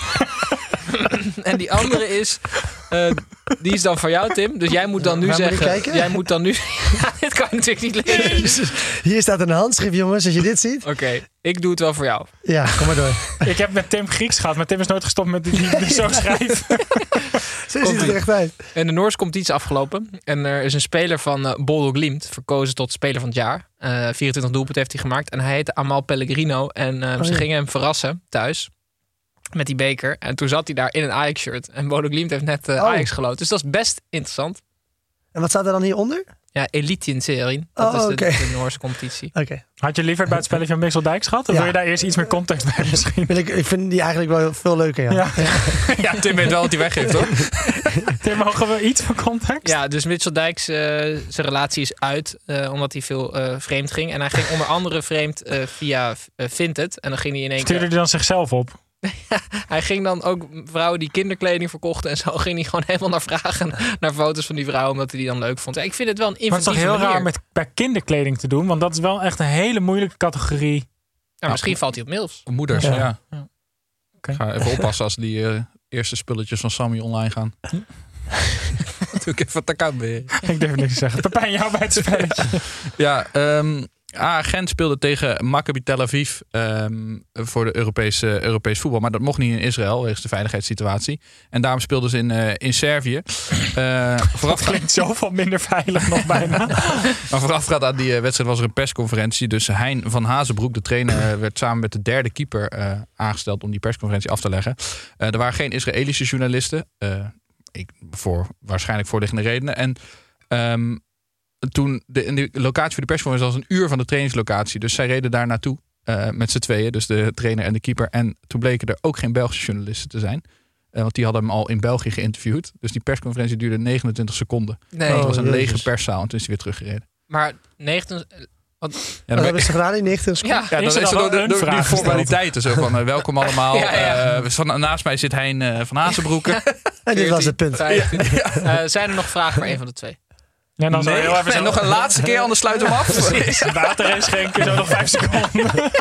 En die andere is... die is dan voor jou, Tim. Dus jij moet dan nu zeggen... Jij moet dan nu... Ja, dit kan je natuurlijk niet lezen. Hier staat een handschrift, jongens, als je dit ziet. Oké, ik doe het wel voor jou. Ja, kom maar door. Ik heb met Tim Grieks gehad, maar Tim is nooit gestopt met zo schrijven. Zo ziet het er echt uit. En de Noors komt iets afgelopen. En er is een speler van Bodo Glimt verkozen tot speler van het jaar. 24 doelpunten heeft hij gemaakt. En hij heette Amal Pellegrino. En ze gingen hem verrassen thuis. Met die beker. En toen zat hij daar in een Ajax-shirt. En Bodo Glimt heeft net Ajax geloot. Dus dat is best interessant. En wat staat er dan hieronder? Ja, Elite-serie. Dat is de Noorse competitie. Okay. Had je liever bij het spelletje van Mitchell Dijks gehad? Of wil je daar eerst iets meer context bij misschien? Ik vind die eigenlijk wel veel leuker, ja. Ja, Tim weet wel wat hij weggeeft, hoor. Tim, mogen we iets van context? Ja, dus Mitchell Dijks, zijn relatie is uit. Omdat hij veel vreemd ging. En hij ging onder andere vreemd via Vinted. En dan ging hij in één keer... Stuurde hij dan zichzelf op? Hij ging dan ook vrouwen die kinderkleding verkochten en zo ging hij gewoon helemaal naar vragen naar foto's van die vrouwen omdat hij die dan leuk vond. Ja, ik vind het wel een inventieve manier. Maar het is toch heel raar bij kinderkleding te doen, want dat is wel echt een hele moeilijke categorie. Ja, misschien valt hij op MILFs. Moeders, ja. Okay. Ga even oppassen als die eerste spulletjes van Sammy online gaan. Doe ik even het account beheer. Ik durf niks te zeggen. Pepijn, jou bij het spelletje. Ja, Gent speelde tegen Maccabi Tel Aviv voor de Europees voetbal. Maar dat mocht niet in Israël, wegens de veiligheidssituatie. En daarom speelden ze in Servië. Dat klinkt zoveel minder veilig nog bijna. Maar voorafgaand aan die wedstrijd was er een persconferentie. Dus Hein van Hazenbroek, de trainer, werd samen met de derde keeper aangesteld om die persconferentie af te leggen. Er waren geen Israëlische journalisten. Voor waarschijnlijk voorliggende redenen. En toen in de locatie voor de persconferentie was een uur van de trainingslocatie. Dus zij reden daar naartoe met z'n tweeën. Dus de trainer en de keeper. En toen bleken er ook geen Belgische journalisten te zijn. Want die hadden hem al in België geïnterviewd. Dus die persconferentie duurde 29 seconden. Nee. Het was een lege perszaal en toen is hij weer teruggereden. Maar 29... Wat hebben ze gedaan in 90 seconden? Ja, dan is er die formaliteiten. Zo van, welkom allemaal. Naast mij zit Hein van Hazenbroeken. En dit was het punt. Zijn er nog vragen voor een van de twee? Ja, dan heel even en nog een laatste keer, anders sluiten we hem af. Precies, water inschenken, zo nog 5 seconden.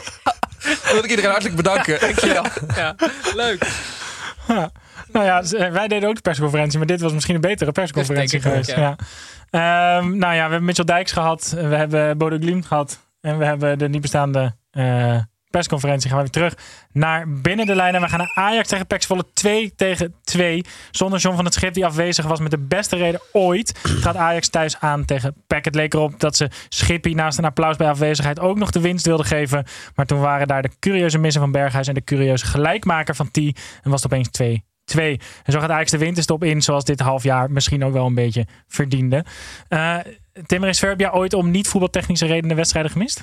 Dan wil ik iedereen hartelijk bedanken. Dankjewel. Ja, leuk. Ja. Nou ja, wij deden ook de persconferentie, maar dit was misschien een betere persconferentie geweest. Ja. Nou ja, we hebben Mitchell Dijks gehad, we hebben Bodo Glimt gehad en we hebben de niet bestaande persconferentie. Gaan we weer terug naar binnen de lijn en we gaan naar Ajax tegen PEC Zwolle 2-2. Zonder John van het Schip die afwezig was met de beste reden ooit. Gaat Ajax thuis aan tegen PEC. Het leek erop dat ze Schippie naast een applaus bij afwezigheid ook nog de winst wilden geven. Maar toen waren daar de curieuze missen van Berghuis en de curieuze gelijkmaker van T. En was het opeens 2-2. En zo gaat Ajax de winterstop in zoals dit halfjaar misschien ook wel een beetje verdiende. Timmer, is Ver, ooit om niet voetbaltechnische redenen wedstrijden gemist?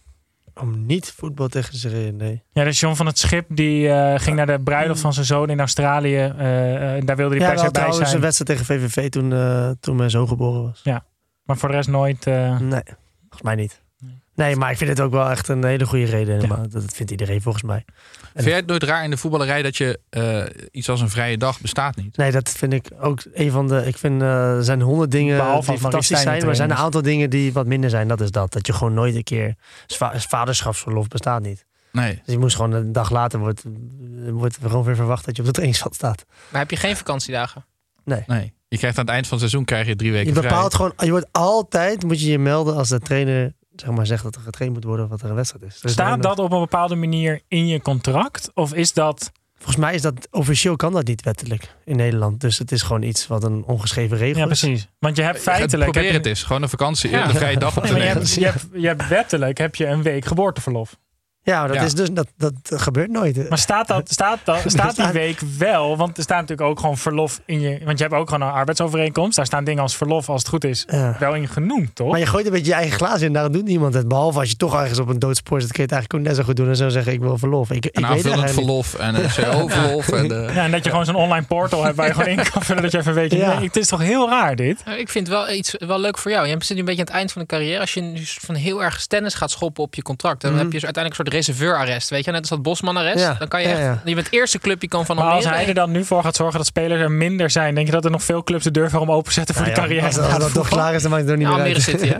Om niet voetbaltechnische redenen, nee. Ja, dus John van het Schip die ging naar de bruiloft van zijn zoon in Australië. Daar wilde hij per se bij zijn. Een wedstrijd tegen VVV toen mijn zoon geboren was. Ja, maar voor de rest nooit... Nee, volgens mij niet. Nee, maar ik vind het ook wel echt een hele goede reden. Ja. Maar dat vindt iedereen volgens mij. Vind jij het nooit raar in de voetballerij dat je iets als een vrije dag bestaat niet? Nee, dat vind ik ook een van de... Ik vind er zijn 100 dingen die fantastisch zijn. Maar er zijn een aantal dingen die wat minder zijn. Dat is dat je gewoon nooit een keer... Vaderschapsverlof bestaat niet. Nee. Dus je moest gewoon een dag later... wordt gewoon weer verwacht dat je op het trainingsveld staat. Maar heb je geen vakantiedagen? Nee. Je krijgt aan het eind van het seizoen 3 weken vrij. Je bepaalt gewoon... Je wordt altijd... Moet je melden als de trainer... zeg maar zegt dat er getraind moet worden of wat er een wedstrijd is. Staat dat op een bepaalde manier in je contract? Of is dat... Volgens mij is dat officieel kan dat niet wettelijk in Nederland. Dus het is gewoon iets wat een ongeschreven regel is. Ja, precies. Want je hebt feitelijk... Probeer het eens. Gewoon een vakantie. Een vrije dag op te nemen. Je hebt wettelijk een week geboorteverlof. Ja, maar dat is dus dat gebeurt nooit. Maar staat die week wel? Want er staat natuurlijk ook gewoon verlof in je... Want je hebt ook gewoon een arbeidsovereenkomst. Daar staan dingen als verlof, als het goed is, wel in genoemd, toch? Maar je gooit een beetje je eigen glaas in. Daarom doet niemand het. Behalve als je toch ergens op een doodspoor zit, kun je het eigenlijk ook net zo goed doen en zo zeggen, ik wil verlof. Ik aanvullend verlof en een CO-verlof. En dat je gewoon zo'n online portal hebt waar je gewoon in kan vullen dat je even weet. Ja. Het is toch heel raar, dit? Ik vind wel leuk voor jou. Je zit nu een beetje aan het eind van de carrière. Als je nu van heel erg tennis gaat schoppen op je contract, dan heb je dus uiteindelijk een soort reserveurarrest. Weet je, net als dat Bosman-arrest. Ja. Dan kan je echt... Je bent eerste club, je kan van Almere. Maar als hij er dan nu voor gaat zorgen dat spelers er minder zijn, denk je dat er nog veel clubs de deur voor hem openzetten voor die carrière? Als dat toch klaar is, dan maakt het er niet meer uit. Almere City,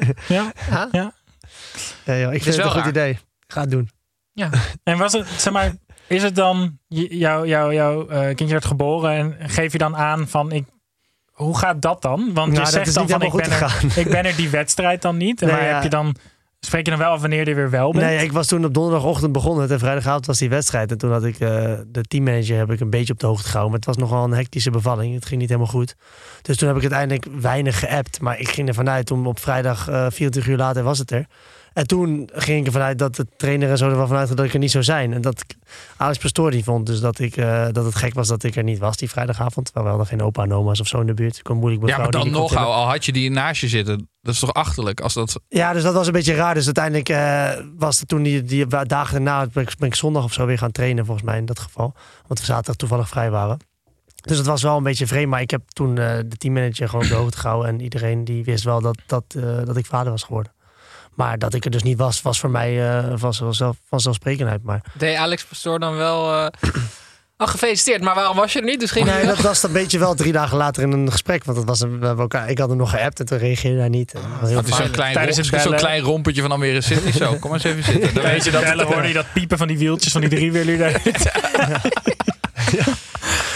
Ja, ik vind het een goed idee. Ga het doen. Ja. En was het, zeg maar, is het dan jouw kindje wordt geboren en geef je dan aan van hoe gaat dat dan? Want je zegt dan van ik ben er die wedstrijd dan niet. En maar heb je dan... Spreek je dan wel af wanneer je weer wel bent? Nee, ik was toen op donderdagochtend begonnen. En vrijdagavond was die wedstrijd. En toen had ik de teammanager heb ik een beetje op de hoogte gehouden. Maar het was nogal een hectische bevalling. Het ging niet helemaal goed. Dus toen heb ik uiteindelijk weinig geappt. Maar ik ging ervan uit, om op vrijdag 24 uur later was het er. En toen ging ik ervan uit dat de trainer en zo er wel vanuit dat ik er niet zou zijn. En dat Alex Pastoor vond dus dat het gek was dat ik er niet was die vrijdagavond. Terwijl we hadden geen opa en oma's of zo in de buurt. Kon moeilijk ja, maar dan nog, al had je die naast je zitten. Dat is toch achterlijk? Als dat... Ja, dus dat was een beetje raar. Dus uiteindelijk was het toen die dagen daarna ben ik zondag of zo weer gaan trainen volgens mij in dat geval. Want we zaterdag toevallig vrij waren. Dus het was wel een beetje vreemd. Maar ik heb toen de teammanager gewoon op de hoogte gehouden. En iedereen die wist wel dat ik vader was geworden. Maar dat ik er dus niet was voor mij vanzelfsprekendheid. Maar... Deed Alex Pastoor dan wel... gefeliciteerd, maar waarom was je er niet? Dus Nee, dat was een beetje wel 3 dagen later in een gesprek. Want dat was ik had hem nog geappt en toen reageerde hij niet. Het is zo'n klein rompetje van Almere City. Zo, kom eens even zitten. Dan weet je dat hoorde je dat piepen van die wieltjes van die 3-wieler.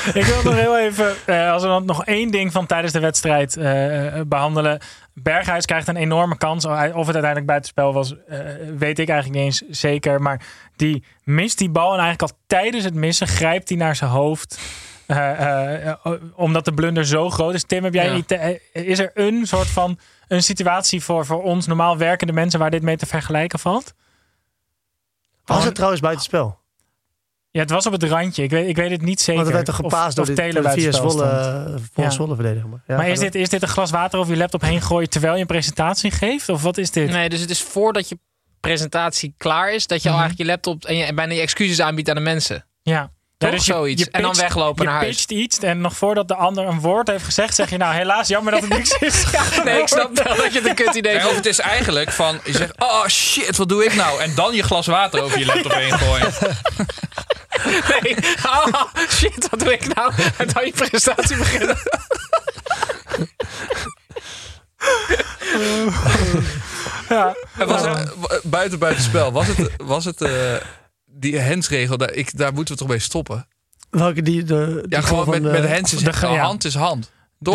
Ik wil nog heel even, als we dan nog één ding van tijdens de wedstrijd behandelen. Berghuis krijgt een enorme kans. Of het uiteindelijk buitenspel was, weet ik eigenlijk niet eens zeker. Maar die mist die bal en eigenlijk al tijdens het missen grijpt hij naar zijn hoofd. Omdat de blunder zo groot is. Tim, heb jij is er een soort van een situatie voor ons normaal werkende mensen waar dit mee te vergelijken valt? Was het trouwens buitenspel? Ja, het was op het randje. Ik weet het niet zeker. Want er werd toch gepaasd door de vier Zwolle verdediger. Ja, maar is dit een glas water over je laptop heen gooien terwijl je een presentatie geeft? Of wat is dit? Nee, dus het is voordat je presentatie klaar is, dat je al eigenlijk je laptop en bijna je excuses aanbiedt aan de mensen. Ja. Toch dus zoiets. En dan weglopen naar huis. Je pitcht iets en nog voordat de ander een woord heeft gezegd, zeg je nou helaas jammer dat het niks is. Nee, ik snap wel dat je het een kut idee vindt. Of het is eigenlijk van, je zegt, oh shit, wat doe ik nou? En dan je glas water over je laptop heen gooien. Nee, oh shit, wat doe ik nou? En dan je presentatie beginnen. Ja. En was het buitenspel? Was het die handsregel? Daar moeten we toch mee stoppen? Welke die? Gewoon met hands is hand is hand.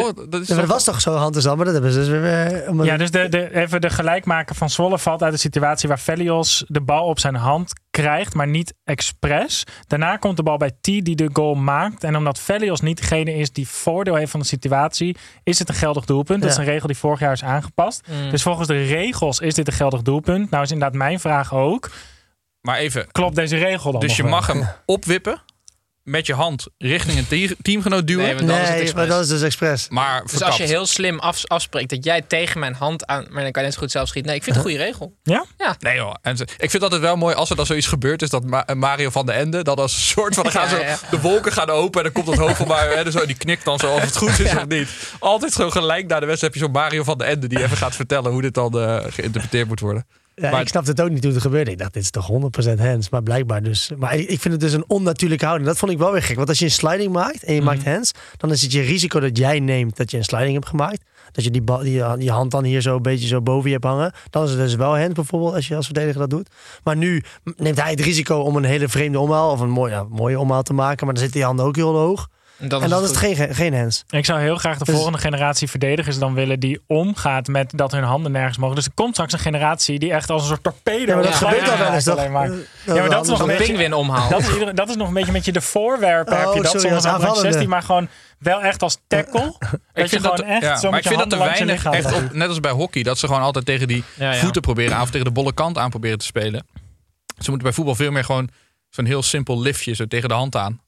Dat was toch zo hand is hand, maar dat hebben ze dus weer... Ja, dus even de gelijkmaker van Zwolle valt uit de situatie waar Velios de bal op zijn hand krijgt, maar niet expres. Daarna komt de bal bij T die de goal maakt. En omdat Velios niet degene is die voordeel heeft van de situatie, is het een geldig doelpunt. Dat is een regel die vorig jaar is aangepast. Dus volgens de regels is dit een geldig doelpunt. Nou is inderdaad mijn vraag ook. Maar even. Klopt deze regel dan? Dus je mag hem opwippen met je hand richting een teamgenoot duwen? Nee, maar dat is dus expres. Maar dus als je heel slim afspreekt dat jij tegen mijn hand aan... Maar dan kan je net zo goed zelf schieten. Nee, ik vind het een goede regel. Ja? Ja. Nee joh. En ik vind het altijd wel mooi als er dan zoiets gebeurt is dat Mario van den Ende, dat als een soort van, dan gaan de wolken gaan open en dan komt het hoofd van Mario en zo, die knikt dan zo of het goed is of niet. Altijd zo gelijk na de wedstrijd heb je zo'n Mario van den Ende die even gaat vertellen hoe dit dan geïnterpreteerd moet worden. Ja, maar ik snapte het ook niet hoe het gebeurde. Ik dacht, dit is toch 100% hands. Maar blijkbaar dus. Maar ik vind het dus een onnatuurlijke houding. Dat vond ik wel weer gek. Want als je een sliding maakt en je maakt hands, dan is het je risico dat jij neemt dat je een sliding hebt gemaakt. Dat je die hand dan hier zo een beetje zo boven je hebt hangen. Dan is het dus wel hands bijvoorbeeld als je als verdediger dat doet. Maar nu neemt hij het risico om een hele vreemde omhaal of een mooie omhaal te maken. Maar dan zitten die handen ook heel hoog. En dan is het geen hands. Ik zou heel graag de volgende generatie verdedigers dan willen die omgaat met dat hun handen nergens mogen. Dus er komt straks een generatie die echt als een soort torpedo... Ja, maar dat gebeurt al wel eens. Ja, maar dat is nog een pinguïn omhaal. Dat is nog een beetje met je de voorwerpen. Heb je dat sorry, soms aan 16, maar gewoon wel echt als tackle. Ik vind dat er weinig echt op, net als bij hockey, dat ze gewoon altijd tegen die voeten proberen aan of tegen de bolle kant aan proberen te spelen. Ze moeten bij voetbal veel meer gewoon zo'n heel simpel liftje zo tegen de hand aan.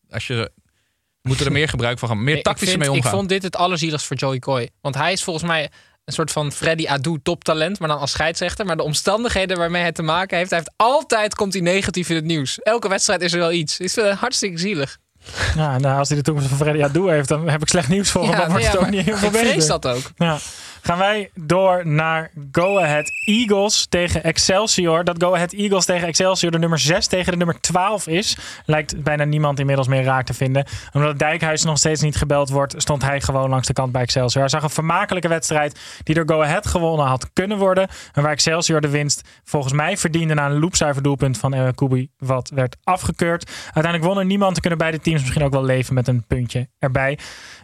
Moeten er meer gebruik van gaan. Meer tactisch mee omgaan. Ik vond dit het allerzieligst voor Joey Coy. Want hij is volgens mij een soort van Freddy Adu toptalent, maar dan als scheidsrechter. Maar de omstandigheden waarmee hij te maken heeft, komt hij negatief in het nieuws. Elke wedstrijd is er wel iets. Het is hartstikke zielig. Ja, nou, als hij de toekomst van Freddy Adu heeft, dan heb ik slecht nieuws voor hem. Dan wordt het ook niet heel veel beter. Ik vrees dat ook. Ja. Gaan wij door naar Go Ahead Eagles tegen Excelsior. Dat Go Ahead Eagles tegen Excelsior de nummer 6 tegen de nummer 12 is, lijkt bijna niemand inmiddels meer raak te vinden. Omdat Dijkhuis nog steeds niet gebeld wordt, stond hij gewoon langs de kant bij Excelsior. Hij zag een vermakelijke wedstrijd die door Go Ahead gewonnen had kunnen worden. En waar Excelsior de winst volgens mij verdiende na een loopzuiver doelpunt van El Kubi, wat werd afgekeurd. Uiteindelijk won er niemand. Te kunnen beide teams misschien ook wel leven met een puntje erbij.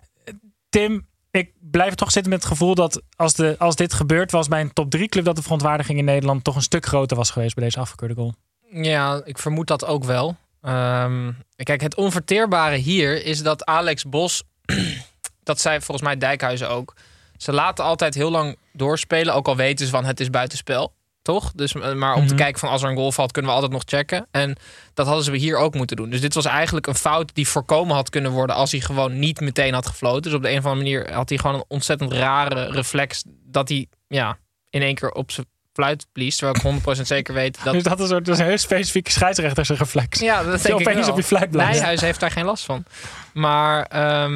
Tim, ik blijf toch zitten met het gevoel dat als dit gebeurd was bij een top 3 club, dat de verontwaardiging in Nederland toch een stuk groter was geweest bij deze afgekeurde goal. Ja, ik vermoed dat ook wel. Kijk, het onverteerbare hier is dat Alex Bos, dat zei volgens mij Dijkhuizen ook, ze laten altijd heel lang doorspelen, ook al weten ze van het is buitenspel. Toch? Dus, maar om te kijken van als er een goal valt, kunnen we altijd nog checken. En dat hadden ze hier ook moeten doen. Dus dit was eigenlijk een fout die voorkomen had kunnen worden als hij gewoon niet meteen had gefloten. Dus op de een of andere manier had hij gewoon een ontzettend rare reflex dat hij in één keer op zijn fluit blies. Terwijl ik 100% zeker weet dat... Dus dat is een heel specifieke scheidsrechtersreflex. Ja, dat denk ik wel. Op je fluit blijft. Nijhuis heeft daar geen last van. Maar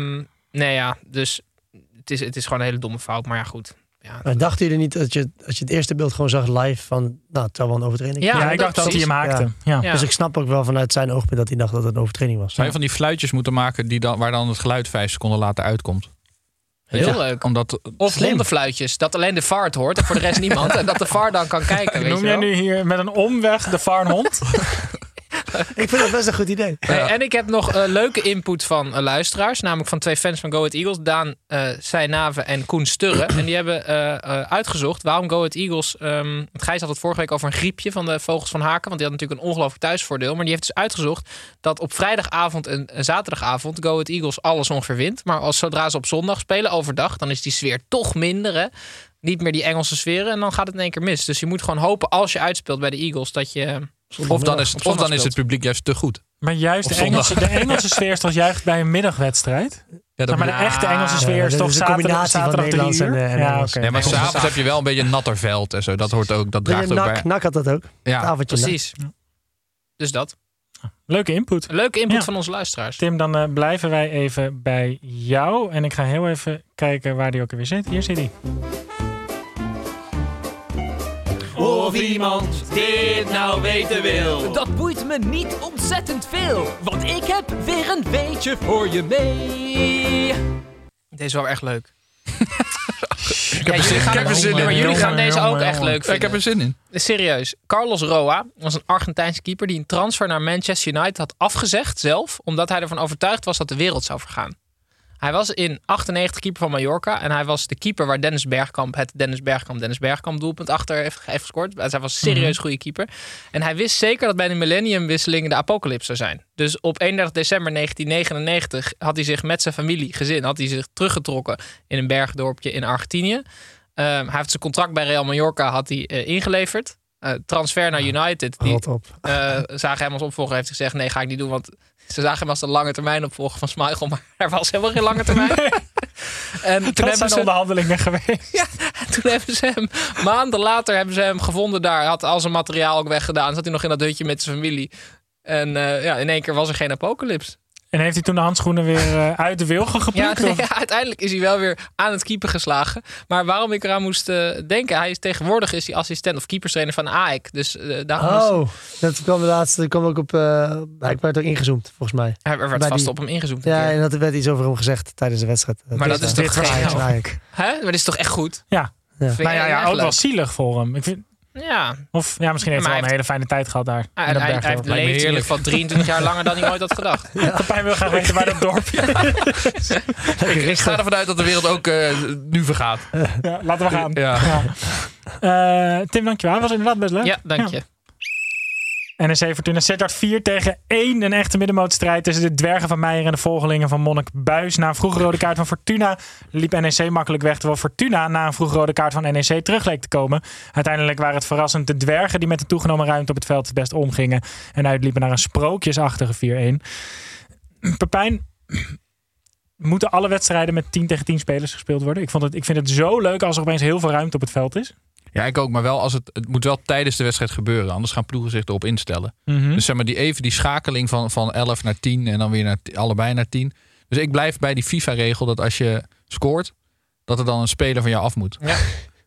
dus het is gewoon een hele domme fout. Maar ja, goed. Ja, dacht jullie niet dat je, als je het eerste beeld gewoon zag live van, het zou wel een overtreding zijn? Ja, ik dacht dat hij hem maakte. Ja. Dus ik snap ook wel vanuit zijn oogpunt dat hij dacht dat het een overtreding was. Zou je van die fluitjes moeten maken waar dan het geluid 5 seconden later uitkomt? Heel leuk. Of hondenfluitjes, dat alleen de VAR het hoort en voor de rest niemand. En dat de VAR dan kan kijken. Noem jij nu hier met een omweg de VAR een hond? Ik vind dat best een goed idee. Hey, en ik heb nog leuke input van luisteraars. Namelijk van 2 fans van Go Ahead Eagles. Daan Seijnave en Koen Sturre. En die hebben uitgezocht waarom Go Ahead Eagles... Gijs had het vorige week over een griepje van de Vogels van Haken. Want die had natuurlijk een ongelooflijk thuisvoordeel. Maar die heeft dus uitgezocht dat op vrijdagavond en zaterdagavond Go Ahead Eagles alles ongeveer wint. Maar zodra ze op zondag spelen, overdag, dan is die sfeer toch minder. Hè? Niet meer die Engelse sferen. En dan gaat het in één keer mis. Dus je moet gewoon hopen als je uitspeelt bij de Eagles dat je... Of dan is het publiek juist te goed. Maar juist de Engelse sfeer is toch juist bij een middagwedstrijd? Ja, maar de echte Engelse sfeer is toch zaterdag 3 uur? Nee, maar s'avonds heb je wel een beetje een natter veld en zo. Dat hoort ook, dat draagt ook bij. Nak had dat ook. Ja, precies. Dus dat. Leuke input. Leuke input van onze luisteraars. Tim, dan blijven wij even bij jou. En ik ga heel even kijken waar die ook alweer zit. Hier zit hij. Of iemand dit nou weten wil. Dat boeit me niet ontzettend veel, want ik heb weer een weetje voor je mee. Deze is wel erg leuk. Ik heb er zin in. Maar jullie gaan deze ook echt leuk vinden. Ik heb er zin in. Serieus. Carlos Roa was een Argentijnse keeper die een transfer naar Manchester United had afgezegd zelf, omdat hij ervan overtuigd was dat de wereld zou vergaan. Hij was in 98 keeper van Mallorca. En hij was de keeper waar Dennis Bergkamp het Dennis Bergkamp doelpunt achter heeft gescoord. Dus hij was een serieus goede keeper. En hij wist zeker dat bij de millenniumwisseling de apocalypse zou zijn. Dus op 31 december 1999 had hij zich met zijn gezin had hij zich teruggetrokken in een bergdorpje in Argentinië. Hij heeft zijn contract bij Real Mallorca had hij ingeleverd. Transfer naar United. Die zagen hem als opvolger, heeft gezegd nee, ga ik niet doen, want ze zagen hem als de lange termijn opvolger van Schmeichel, maar er was helemaal geen lange termijn. En toen hebben ze onderhandelingen geweest. Ja, toen hebben ze hem maanden later gevonden daar. Hij had al zijn materiaal ook weggedaan. Zat hij nog in dat hutje met zijn familie. En in één keer was er geen apocalypse. En heeft hij toen de handschoenen weer uit de wilgen geplukt? Ja, uiteindelijk is hij wel weer aan het keeper geslagen. Maar waarom ik eraan moest denken... Tegenwoordig is hij assistent of keeperstrainer van AEK. Dus daarom dat kwam laatst. Dat kwam ook op... ik werd ook ingezoomd, volgens mij. Er werd vast op hem ingezoomd. Ja, en dat werd iets over hem gezegd tijdens de wedstrijd. Maar dat is toch gek? Maar dat is toch echt goed? Ja. Ook wel zielig voor hem. Ik vind... Ja. Of misschien heeft hij wel een hele fijne tijd gehad daar. Hij heeft leeft in ieder geval 23 jaar langer dan hij ooit had gedacht. Pepijn wil graag weten waar dat dorpje Ik ga ervan uit dat de wereld ook nu vergaat. Ja, laten we gaan. Ja. Tim, dankjewel. Was inderdaad best leuk. Ja, dank je. NEC Fortuna Sittard 4-1. Een echte middenmootstrijd tussen de dwergen van Meijer en de volgelingen van Monnik Buis. Na een vroege rode kaart van Fortuna liep NEC makkelijk weg. Terwijl Fortuna na een vroege rode kaart van NEC terug leek te komen. Uiteindelijk waren het verrassend de dwergen die met de toegenomen ruimte op het veld het best omgingen. En uitliepen naar een sprookjesachtige 4-1. Pepijn, moeten alle wedstrijden met 10 tegen 10 spelers gespeeld worden? Ik vind het zo leuk als er opeens heel veel ruimte op het veld is. Ja, ik ook. Maar wel het moet wel tijdens de wedstrijd gebeuren. Anders gaan ploegen zich erop instellen. Mm-hmm. Dus zeg maar die schakeling van 11 naar 10 en dan weer allebei naar 10. Dus ik blijf bij die FIFA-regel dat als je scoort, dat er dan een speler van jou af moet. Ja.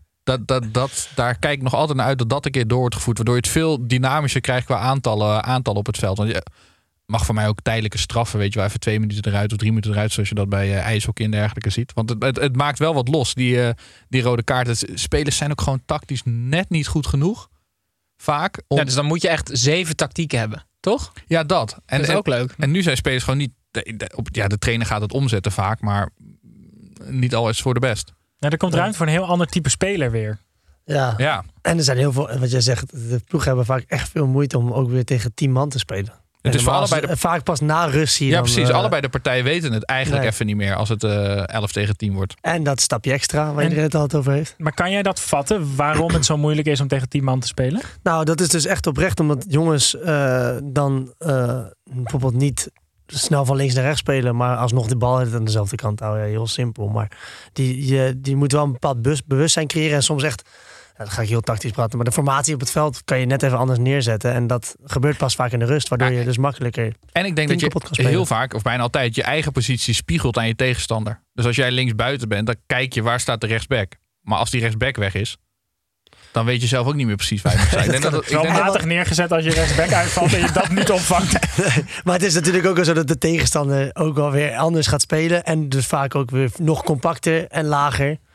Daar kijk ik nog altijd naar uit dat een keer door wordt gevoerd. Waardoor je het veel dynamischer krijgt qua aantallen op het veld. Want je mag voor mij ook tijdelijke straffen. Weet je wel, even 2 minuten eruit of 3 minuten eruit. Zoals je dat bij ijshockey en dergelijke ziet. Want het maakt wel wat los. Die rode kaarten. Spelers zijn ook gewoon tactisch net niet goed genoeg. Vaak. Ja, dus dan moet je echt 7 tactieken hebben. Toch? Ja, dat. Dat is ook leuk. En nu zijn spelers gewoon niet... de trainer gaat het omzetten vaak. Maar niet altijd voor de best. Ja, er komt ruimte voor een heel ander type speler weer. Ja. En er zijn heel veel... Wat jij zegt, de ploegen hebben vaak echt veel moeite om ook weer tegen 10 man te spelen. Het is voor allebei vaak pas na rust zie je ja, dan, precies. Allebei de partijen weten het eigenlijk even niet meer als het 11 tegen 10 wordt. En dat stapje extra waar iedereen het altijd over heeft. Maar kan jij dat vatten? Waarom het zo moeilijk is om tegen 10 man te spelen? Nou, dat is dus echt oprecht omdat jongens dan bijvoorbeeld niet snel van links naar rechts spelen, maar alsnog de bal aan dezelfde kant houden. Ja, heel simpel. Maar die moet wel een bepaald bewustzijn creëren en soms echt... Ja, dan ga ik heel tactisch praten. Maar de formatie op het veld kan je net even anders neerzetten. En dat gebeurt pas vaak in de rust. Waardoor je dus makkelijker... En ik denk dat je heel vaak, of bijna altijd, je eigen positie spiegelt aan je tegenstander. Dus als jij links buiten bent, dan kijk je waar staat de rechtsback. Maar als die rechtsback weg is, dan weet je zelf ook niet meer precies waar je moet zijn. Het is wel matig neergezet als je rechtsback uitvalt en je dat niet opvangt. Nee, maar het is natuurlijk ook wel zo dat de tegenstander ook wel weer anders gaat spelen. En dus vaak ook weer nog compacter en lager.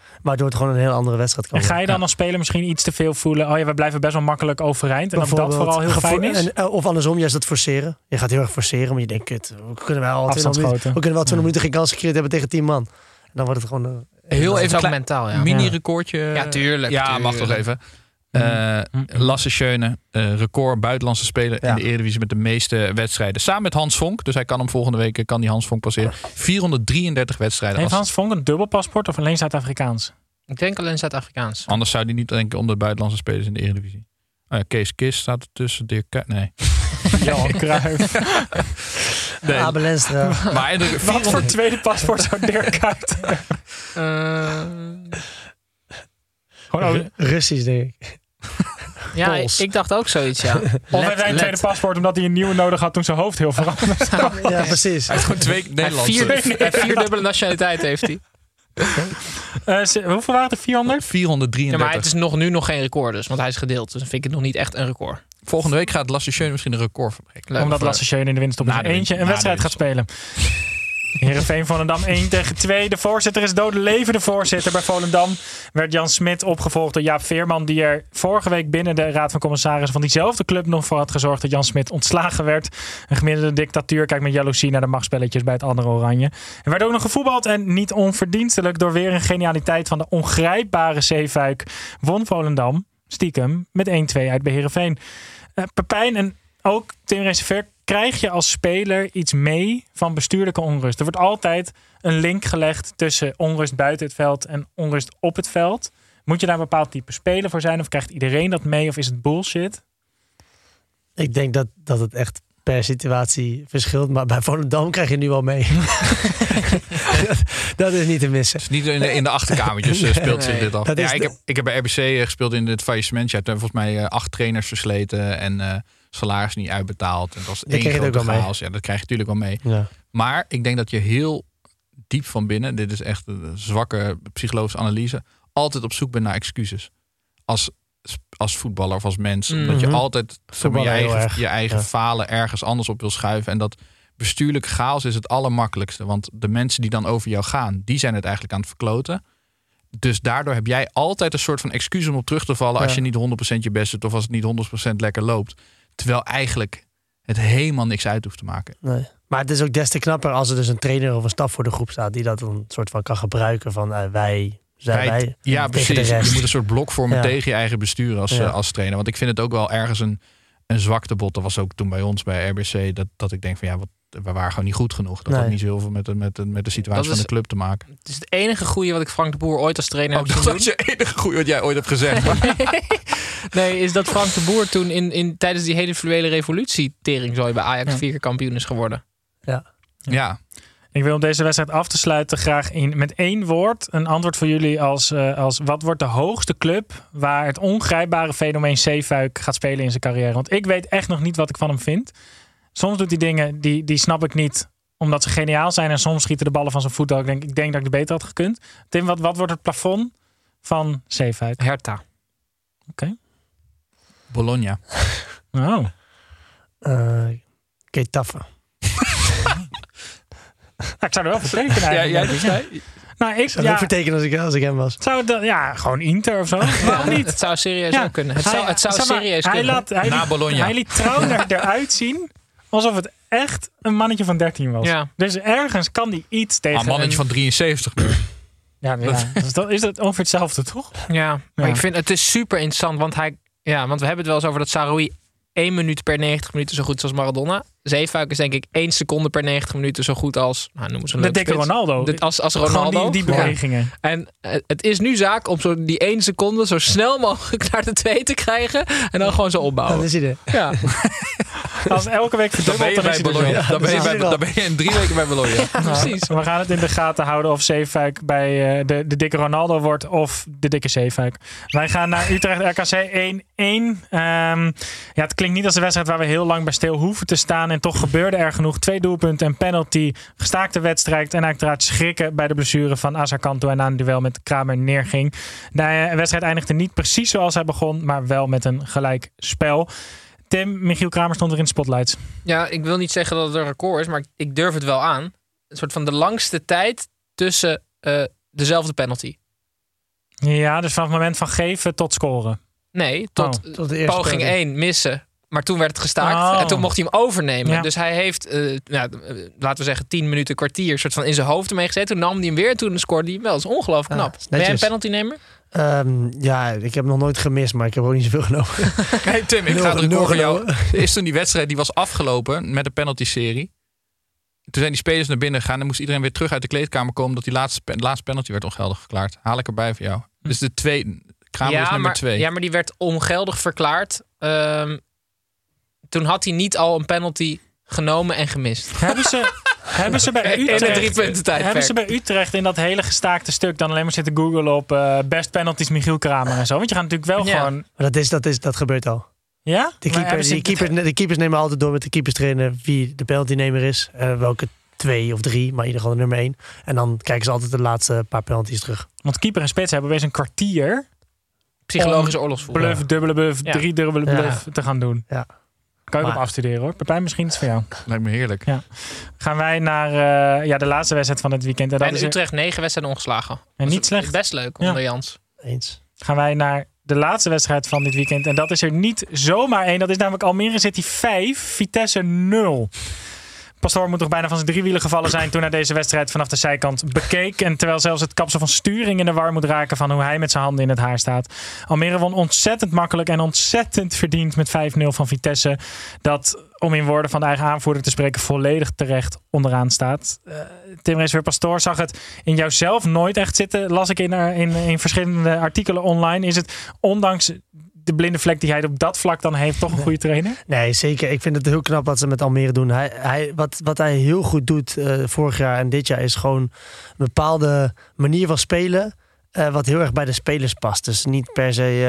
Waardoor het gewoon een heel andere wedstrijd kan En ga je worden. dan als speler misschien iets te veel voelen? Oh ja, we blijven best wel makkelijk overeind. En dat vooral heel fijn is? Of andersom, juist dat forceren. Je gaat heel erg forceren, maar je denkt, we kunnen wel 20 minuten geen kans gecreëerd hebben tegen 10 man. En dan wordt het gewoon... heel even klein mentaal, ja. Mini-recordje. Ja, tuurlijk. Ja, mag toch even. Lasse Schöne, record buitenlandse speler in de Eredivisie met de meeste wedstrijden. Samen met Hans Vonk. Dus hij kan hem volgende week Hans Vonk passeren. 433 wedstrijden. Heeft Hans Vonk een dubbelpaspoort of alleen Zuid-Afrikaans? Ik denk alleen Zuid-Afrikaans. Anders zou hij niet denken om de buitenlandse spelers in de Eredivisie. Kees Kist staat er tussen. Nee. Johan Cruijff. Nee. Abel Lenstra. Maar wat voor tweede paspoort zou Dirk Kuyt Gewoon Russisch, denk ik. Ja, ik dacht ook zoiets, ja. Of hij een tweede paspoort omdat hij een nieuwe nodig had toen zijn hoofd heel veranderd. Ja, precies. Hij heeft gewoon 2 Nederlandse. Vier dubbele nationaliteit heeft hij. Hoeveel waren het? 400? 433. Ja, maar het is nu nog geen record dus, want hij is gedeeld. Dus dan vind ik het nog niet echt een record. Volgende week gaat Lasse Schöne misschien een record verbreken. Omdat Lasse Schöne in de winst op zijn eentje een wedstrijd gaat spelen. Heerenveen Volendam 1-2. De voorzitter is dode leven. De voorzitter bij Volendam werd Jan Smit opgevolgd door Jaap Veerman, die er vorige week binnen de Raad van Commissarissen van diezelfde club nog voor had gezorgd dat Jan Smit ontslagen werd. Een gemiddelde dictatuur kijkt met jaloezie naar de machtspelletjes bij het andere Oranje. Er werd ook nog gevoetbald en niet onverdienstelijk door weer een genialiteit van de ongrijpbare Zeefuik won Volendam stiekem met 1-2 uit bij Heerenveen. Pepijn en ook Tim Reserveer, krijg je als speler iets mee van bestuurlijke onrust? Er wordt altijd een link gelegd tussen onrust buiten het veld en onrust op het veld. Moet je daar een bepaald type speler voor zijn? Of krijgt iedereen dat mee? Of is het bullshit? Ik denk dat het echt per situatie verschilt. Maar bij Volendam krijg je nu wel mee. dat is niet te missen. Dus niet in de achterkamertjes speelt zich dit af. Ja, ik heb bij RBC gespeeld in het faillissement. Je hebt volgens mij 8 trainers versleten en salaris niet uitbetaald. En dat was één grote chaos. Ja, dat krijg je natuurlijk wel mee. Ja. Maar ik denk dat je heel diep van binnen, dit is echt een zwakke psychologische analyse, altijd op zoek bent naar excuses. Als voetballer of als mens. Omdat je altijd je eigen falen ergens anders op wil schuiven. En dat bestuurlijke chaos is het allermakkelijkste. Want de mensen die dan over jou gaan, die zijn het eigenlijk aan het verkloten. Dus daardoor heb jij altijd een soort van excuus om op terug te vallen als je niet 100% je best doet of als het niet 100% lekker loopt. Terwijl eigenlijk het helemaal niks uit hoeft te maken. Nee. Maar het is ook des te knapper als er dus een trainer of een staf voor de groep staat die dat een soort van kan gebruiken van wij. Ja, precies. Je moet een soort blok vormen tegen je eigen bestuur als trainer. Want ik vind het ook wel ergens een zwaktebod. Dat was ook toen bij ons bij RBC dat ik denk van we waren gewoon niet goed genoeg. Dat had niet zo heel veel met de situatie van de club te maken. Het is het enige goede wat ik Frank de Boer ooit als trainer heb gezien. Dat is het enige goede wat jij ooit hebt gezegd. Nee, is dat Frank de Boer toen tijdens die hele fluwele revolutie teringzooi bij Ajax 4 keer kampioen is geworden. Ja. Ik wil om deze wedstrijd af te sluiten graag met 1 woord een antwoord voor jullie als wat wordt de hoogste club waar het ongrijpbare fenomeen Zeefuik gaat spelen in zijn carrière. Want ik weet echt nog niet wat ik van hem vind. Soms doet hij dingen die snap ik niet omdat ze geniaal zijn en soms schieten de ballen van zijn voet. Ik denk dat ik het beter had gekund. Tim, wat wordt het plafond van Zeefuik? Hertha. Oké. Bologna. Oh. Getafe. Ik zou er wel voor tekenen eigenlijk. Ik zou ook vertekenen als ik hem was. Zou dat, gewoon Inter of zo? Waarom niet? Het zou serieus ook kunnen. Het zou serieus kunnen. Na Bologna. Hij liet trouw eruit zien alsof het echt een mannetje van 13 was. Ja. Dus ergens kan hij iets tegen... Een mannetje van 73. Ja. Is dat ongeveer hetzelfde, toch? Ja, maar ik vind het is super interessant. Want we hebben het wel eens over dat Saroui 1 minuut per 90 minuten zo goed is als Maradona. Zeefuik is denk ik 1 seconde per 90 minuten zo goed als... noem ze een de dikke Ronaldo. Als Ronaldo. Gewoon die bewegingen. Ja. En het is nu zaak om die 1 seconde zo snel mogelijk naar de 2 te krijgen. En dan gewoon zo opbouwen. Dan is hij er. Ja. Als elke week verdubbeld, dan is hij er. Dan ben je in 3 weken bij Bologna. Precies. We gaan het in de gaten houden of Zeefuik bij de dikke Ronaldo wordt of de dikke Zeefuik. Wij gaan naar Utrecht RKC 1-1. Het klinkt niet als de wedstrijd waar we heel lang bij stil hoeven te staan. En toch gebeurde er genoeg. 2 doelpunten, een penalty, gestaakte wedstrijd en uiteraard schrikken bij de blessure van Azar Kanto en na een duel met Kramer neerging. De wedstrijd eindigde niet precies zoals hij begon, maar wel met een gelijk spel. Tim, Michiel Kramer stond er in de spotlights. Ja, ik wil niet zeggen dat het een record is, maar ik durf het wel aan. Een soort van de langste tijd tussen dezelfde penalty. Ja, dus vanaf het moment van geven tot scoren. Nee, tot Tot de eerste poging penalty. 1 missen. Maar toen werd het gestaakt. En toen mocht hij hem overnemen. Ja. Dus hij heeft, laten we zeggen, 10 minuten, kwartier... soort van in zijn hoofd ermee gezeten. Toen nam hij hem weer. Toen scoorde hij hem wel. Dat is ongelooflijk knap. is Ben jij een netjes. penaltynemer? Ja, ik heb nog nooit gemist, maar ik heb ook niet zoveel genomen. Hey Tim, ik ga het Nul record van jou. genomen. Is toen die wedstrijd die was afgelopen met de penalty-serie. Toen zijn die spelers naar binnen gegaan en moest iedereen weer terug uit de kleedkamer komen omdat die laatste penalty werd ongeldig verklaard. Haal ik erbij voor jou. Dus de Kramer is nummer 2. Ja, maar die werd ongeldig verklaard. Toen had hij niet al een penalty genomen en gemist. Hebben ze bij In een 3 Utrecht, punten tijdperk. hebben ze bij Utrecht in dat hele gestaakte stuk dan alleen maar zitten googlen op best penalties Michiel Kramer en zo? Want je gaat natuurlijk wel gewoon... Maar dat gebeurt al. Ja? De keepers nemen altijd door met de keeperstrainer wie de penaltynemer is. Welke 2 of 3, maar in ieder geval de nummer 1. En dan kijken ze altijd de laatste paar penalties terug. Want keeper en spits hebben wees een kwartier... Psychologische oorlogsvoering. Bluff, dubbele bluff, 3 dubbele bluff te gaan doen. Ja. Kan je op afstuderen hoor. Pepijn, misschien iets voor jou. Lijkt me heerlijk. Ja. Gaan wij naar de laatste wedstrijd van het weekend. En dat Bij is Utrecht 9 wedstrijden ongeslagen. En niet slecht. Best leuk onder Jans. Eens. Gaan wij naar de laatste wedstrijd van dit weekend. En dat is er niet zomaar één. Dat is namelijk Almere City 5, Vitesse 0. Pastoor moet toch bijna van zijn driewielen gevallen zijn toen hij deze wedstrijd vanaf de zijkant bekeek. En terwijl zelfs het kapsel van Sturing in de war moet raken van hoe hij met zijn handen in het haar staat. Almere won ontzettend makkelijk en ontzettend verdiend met 5-0 van Vitesse. Dat, om in woorden van de eigen aanvoerder te spreken, volledig terecht onderaan staat. Tim Reesver Pastoor zag het in jouzelf nooit echt zitten. Las ik in verschillende artikelen online. Is het, ondanks de blinde vlek die hij op dat vlak dan heeft, toch een goede trainer? Nee, zeker. Ik vind het heel knap wat ze met Almere doen. Wat hij heel goed doet vorig jaar en dit jaar is gewoon een bepaalde manier van spelen. Wat heel erg bij de spelers past. Dus niet per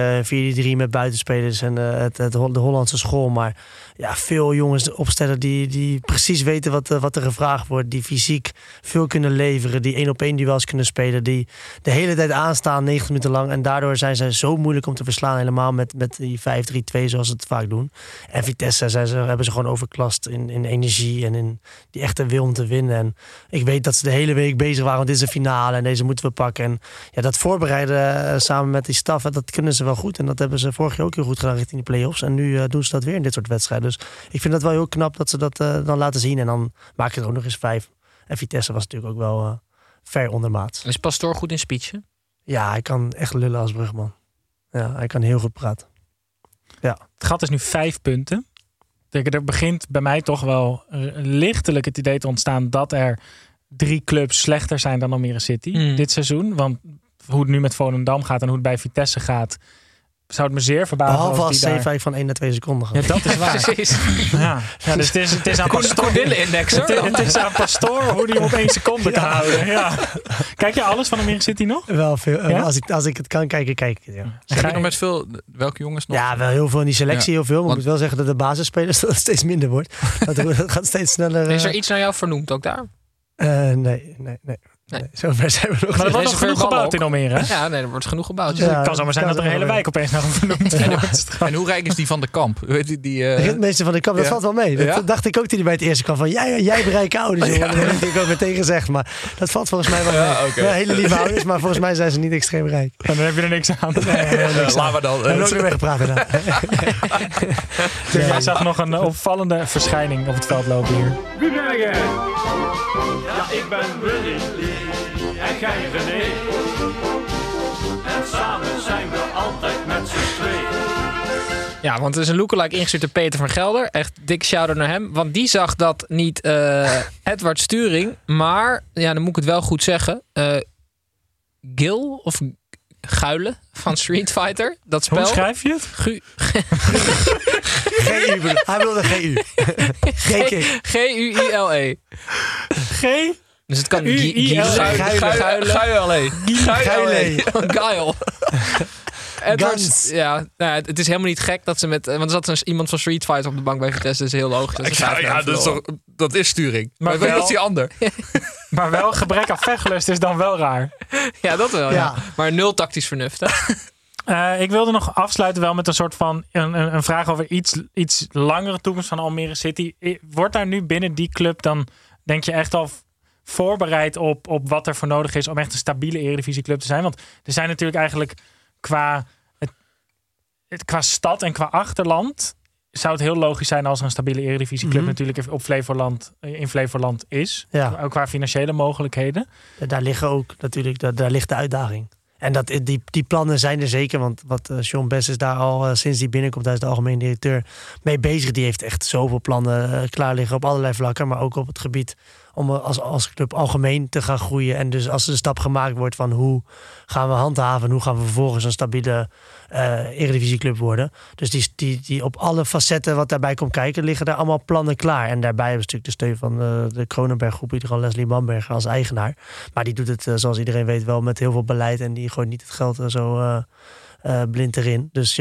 se 4-3 met buitenspelers en de Hollandse school. Maar ja, veel jongens opstellen die precies weten wat er gevraagd wordt. Die fysiek veel kunnen leveren. Die 1-op-1 duels kunnen spelen. Die de hele tijd aanstaan 90 minuten lang. En daardoor zijn zij zo moeilijk om te verslaan. Helemaal met die 5-3-2 zoals ze het vaak doen. En Vitesse hebben ze gewoon overklast in energie. En in die echte wil om te winnen. En ik weet dat ze de hele week bezig waren. Want dit is de finale en deze moeten we pakken. En ja, dat voorbereiden samen met die staf, dat kunnen ze wel goed. En dat hebben ze vorig jaar ook heel goed gedaan richting de play-offs. En nu doen ze dat weer in dit soort wedstrijden. Dus ik vind dat wel heel knap dat ze dat dan laten zien. En dan maak je er ook nog eens 5. En Vitesse was natuurlijk ook wel ver ondermaat. Is Pastoor goed in speechen? Ja, hij kan echt lullen als brugman. Ja, hij kan heel goed praten. Ja. Het gat is nu 5 punten. Er begint bij mij toch wel lichtelijk het idee te ontstaan dat er 3 clubs slechter zijn dan Almere City dit seizoen. Want hoe het nu met Volendam gaat en hoe het bij Vitesse gaat, zou het me zeer verbazen. Behalve als die C5 van 1 naar 2 seconden gaat. Ja, dat is waar. Precies. Ja, dus het is aan Pastoor. Het is aan Pastoor hoe die hem op 1 seconde kan houden. Ja. Kijk je alles van Almere City nog? Wel veel. Ja? Als ik het kan kijken, kijk ik het. Ja. Zijn er nog met veel, welke jongens nog? Ja, wel heel veel in die selectie, Ja. heel veel. Maar Want- ik moet wel zeggen dat de basisspelers dat het steeds minder wordt. Dat gaat steeds sneller. Is er iets naar jou vernoemd ook daar? Nee. Zover zijn we nog Maar er niet. wordt nog genoeg gebouwd in Almere. Hè? Ja, nee, er wordt genoeg gebouwd. Dus het kan zomaar zijn dat er een hele wijk opeens naar hem vernoemd wordt. En hoe rijk is die van de Kamp? Weet je, De ritmeester van de kamp, dat Ja. valt wel mee. Dat Ja? dacht ik ook toen hij bij het eerste kwam. Van jij bereikt ouders. Jongen. Dat heb ik natuurlijk ook meteen gezegd. Maar dat valt volgens mij wel mee. Ja, oké. Ja, hele lieve ouders, maar volgens mij zijn ze niet extreem rijk. En dan heb je er niks aan. Laten we dan. We hebben ook weer weggepraat daarna. Jij zag nog een opvallende verschijning op het veld lopen hier. Wie ben jij? Ja, ik ben Willy en jij René. En samen zijn we altijd met z'n tweeën. Ja, want er is een lookalike ingestuurd door Peter van Gelder. Echt dik shout-out naar hem. Want die zag dat niet Edward Sturing, maar, ja, dan moet ik het wel goed zeggen, Gil of Guile van Street Fighter. Dat spel. Hoe schrijf je het? GU. Hij wilde GU. G-U-I-L-E. G? Dus het kan Guile. Guile. Edward, Guns. ja, nou ja, het is helemaal niet gek dat ze met... Want er zat iemand van Street Fighter op de bank bij Vitesse. Dat is heel logisch. Dat, Ja, dat is Sturing. Maar wel- dat is die ander. Maar wel gebrek aan vechtlust is dan wel raar. Ja, dat wel. Ja. Ja. Maar 0 tactisch vernuft. Hè? Ik wilde nog afsluiten wel met een soort van een vraag over iets langere toekomst van Almere City. Wordt daar nu binnen die club dan, denk je echt al voorbereid op wat er voor nodig is om echt een stabiele Eredivisieclub te zijn? Want er zijn natuurlijk eigenlijk qua stad en qua achterland zou het heel logisch zijn als er een stabiele Eredivisieclub natuurlijk in Flevoland is. Ja. Ook qua financiële mogelijkheden. Daar liggen ook natuurlijk, daar ligt de uitdaging. En die plannen zijn er zeker, want wat John Bess is daar al sinds die binnenkomt, hij is de algemeen directeur, mee bezig. Die heeft echt zoveel plannen klaar liggen op allerlei vlakken, maar ook op het gebied om als club algemeen te gaan groeien. En dus als er de stap gemaakt wordt van hoe gaan we handhaven, hoe gaan we vervolgens een stabiele Eredivisieclub worden. Dus die op alle facetten wat daarbij komt kijken, liggen daar allemaal plannen klaar. En daarbij hebben we natuurlijk de steun van de Kronenberg Groep, ieder geval Leslie Bamberger als eigenaar. Maar die doet het, zoals iedereen weet, wel met heel veel beleid en die gooit niet het geld zo blind erin. Dus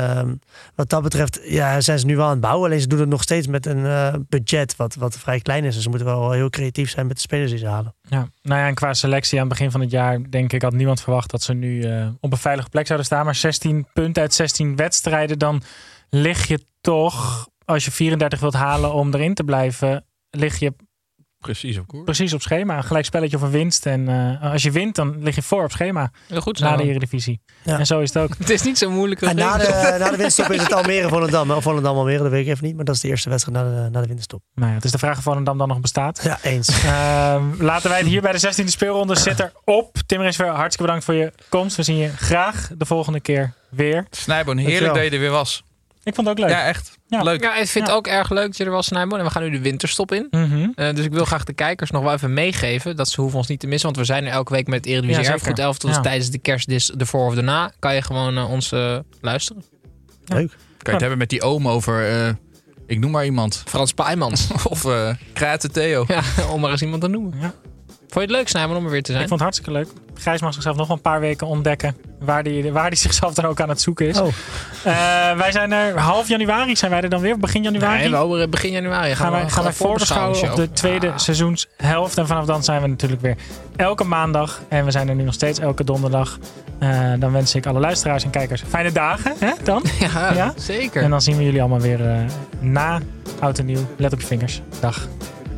wat dat betreft zijn ze nu wel aan het bouwen. Alleen ze doen het nog steeds met een budget wat vrij klein is. Dus ze moeten wel heel creatief zijn met de spelers die ze halen. Ja, en qua selectie aan het begin van het jaar, denk ik, had niemand verwacht dat ze nu op een veilige plek zouden staan. Maar 16 punten uit 16 wedstrijden, dan lig je toch, als je 34 wilt halen om erin te blijven, lig je precies op koers. Precies op schema. Een gelijk spelletje of een winst. En als je wint, dan lig je voor op schema. Heel goed zo. Na de Eredivisie. Ja. En zo is het ook. Het is niet zo moeilijk. En na de winterstop is het Almere-Volendam. Of Volendam-Almere, dat weet ik even niet. Maar dat is de eerste wedstrijd na de winterstop. Nou ja, het is de vraag of Volendam dan nog bestaat. Ja, eens. Laten wij het hier bij de 16e speelronde zitten op. Tim Rinsver, hartstikke bedankt voor je komst. We zien je graag de volgende keer weer. Snijboon, heerlijk dat je er weer was. Ik vond het ook leuk. Ja, echt. Ja. Leuk. Ja, ik vind het ook erg leuk dat je er was, Snijboon. En we gaan nu de winterstop in. Dus ik wil graag de kijkers nog wel even meegeven. Dat ze hoeven ons niet te missen. Want we zijn er elke week met het Eredivisie Erfgoed Elftal. Dus tijdens de kerstdis, ervoor of daarna, kan je gewoon ons luisteren. Leuk. Kan je het hebben met die oom over, ik noem maar iemand. Frans Paijmans. Of Kraten Theo. Ja, om maar eens iemand te noemen. Ja. Vond je het leuk, Snijboon, om er weer te zijn? Ik vond het hartstikke leuk. Gijs mag zichzelf nog een paar weken ontdekken waar die zichzelf dan ook aan het zoeken is. Wij zijn er half januari, zijn wij er dan weer? Begin januari? Nee, wel begin januari. Gaan wij voorbeschouwen op de tweede seizoenshelft. En vanaf dan zijn we natuurlijk weer elke maandag. En we zijn er nu nog steeds elke donderdag. Dan wens ik alle luisteraars en kijkers fijne dagen. Hè, dan? Ja, zeker. En dan zien we jullie allemaal weer na Oud en Nieuw. Let op je vingers. Dag.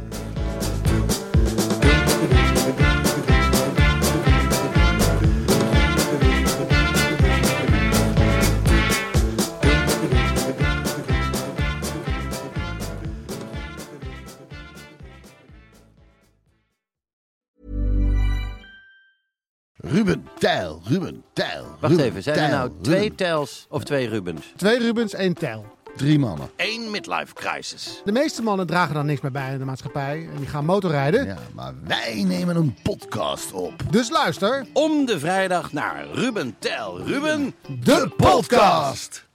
Ruben Tijl. Wacht even, zijn er nou 2 Tijls of 2 Rubens? 2 Rubens, 1 Tijl. 3 mannen. 1 midlife crisis. De meeste mannen dragen dan niks meer bij in de maatschappij en die gaan motorrijden. Ja, maar wij nemen een podcast op. Dus luister. Om de vrijdag naar Ruben Tijl. Ruben, de podcast.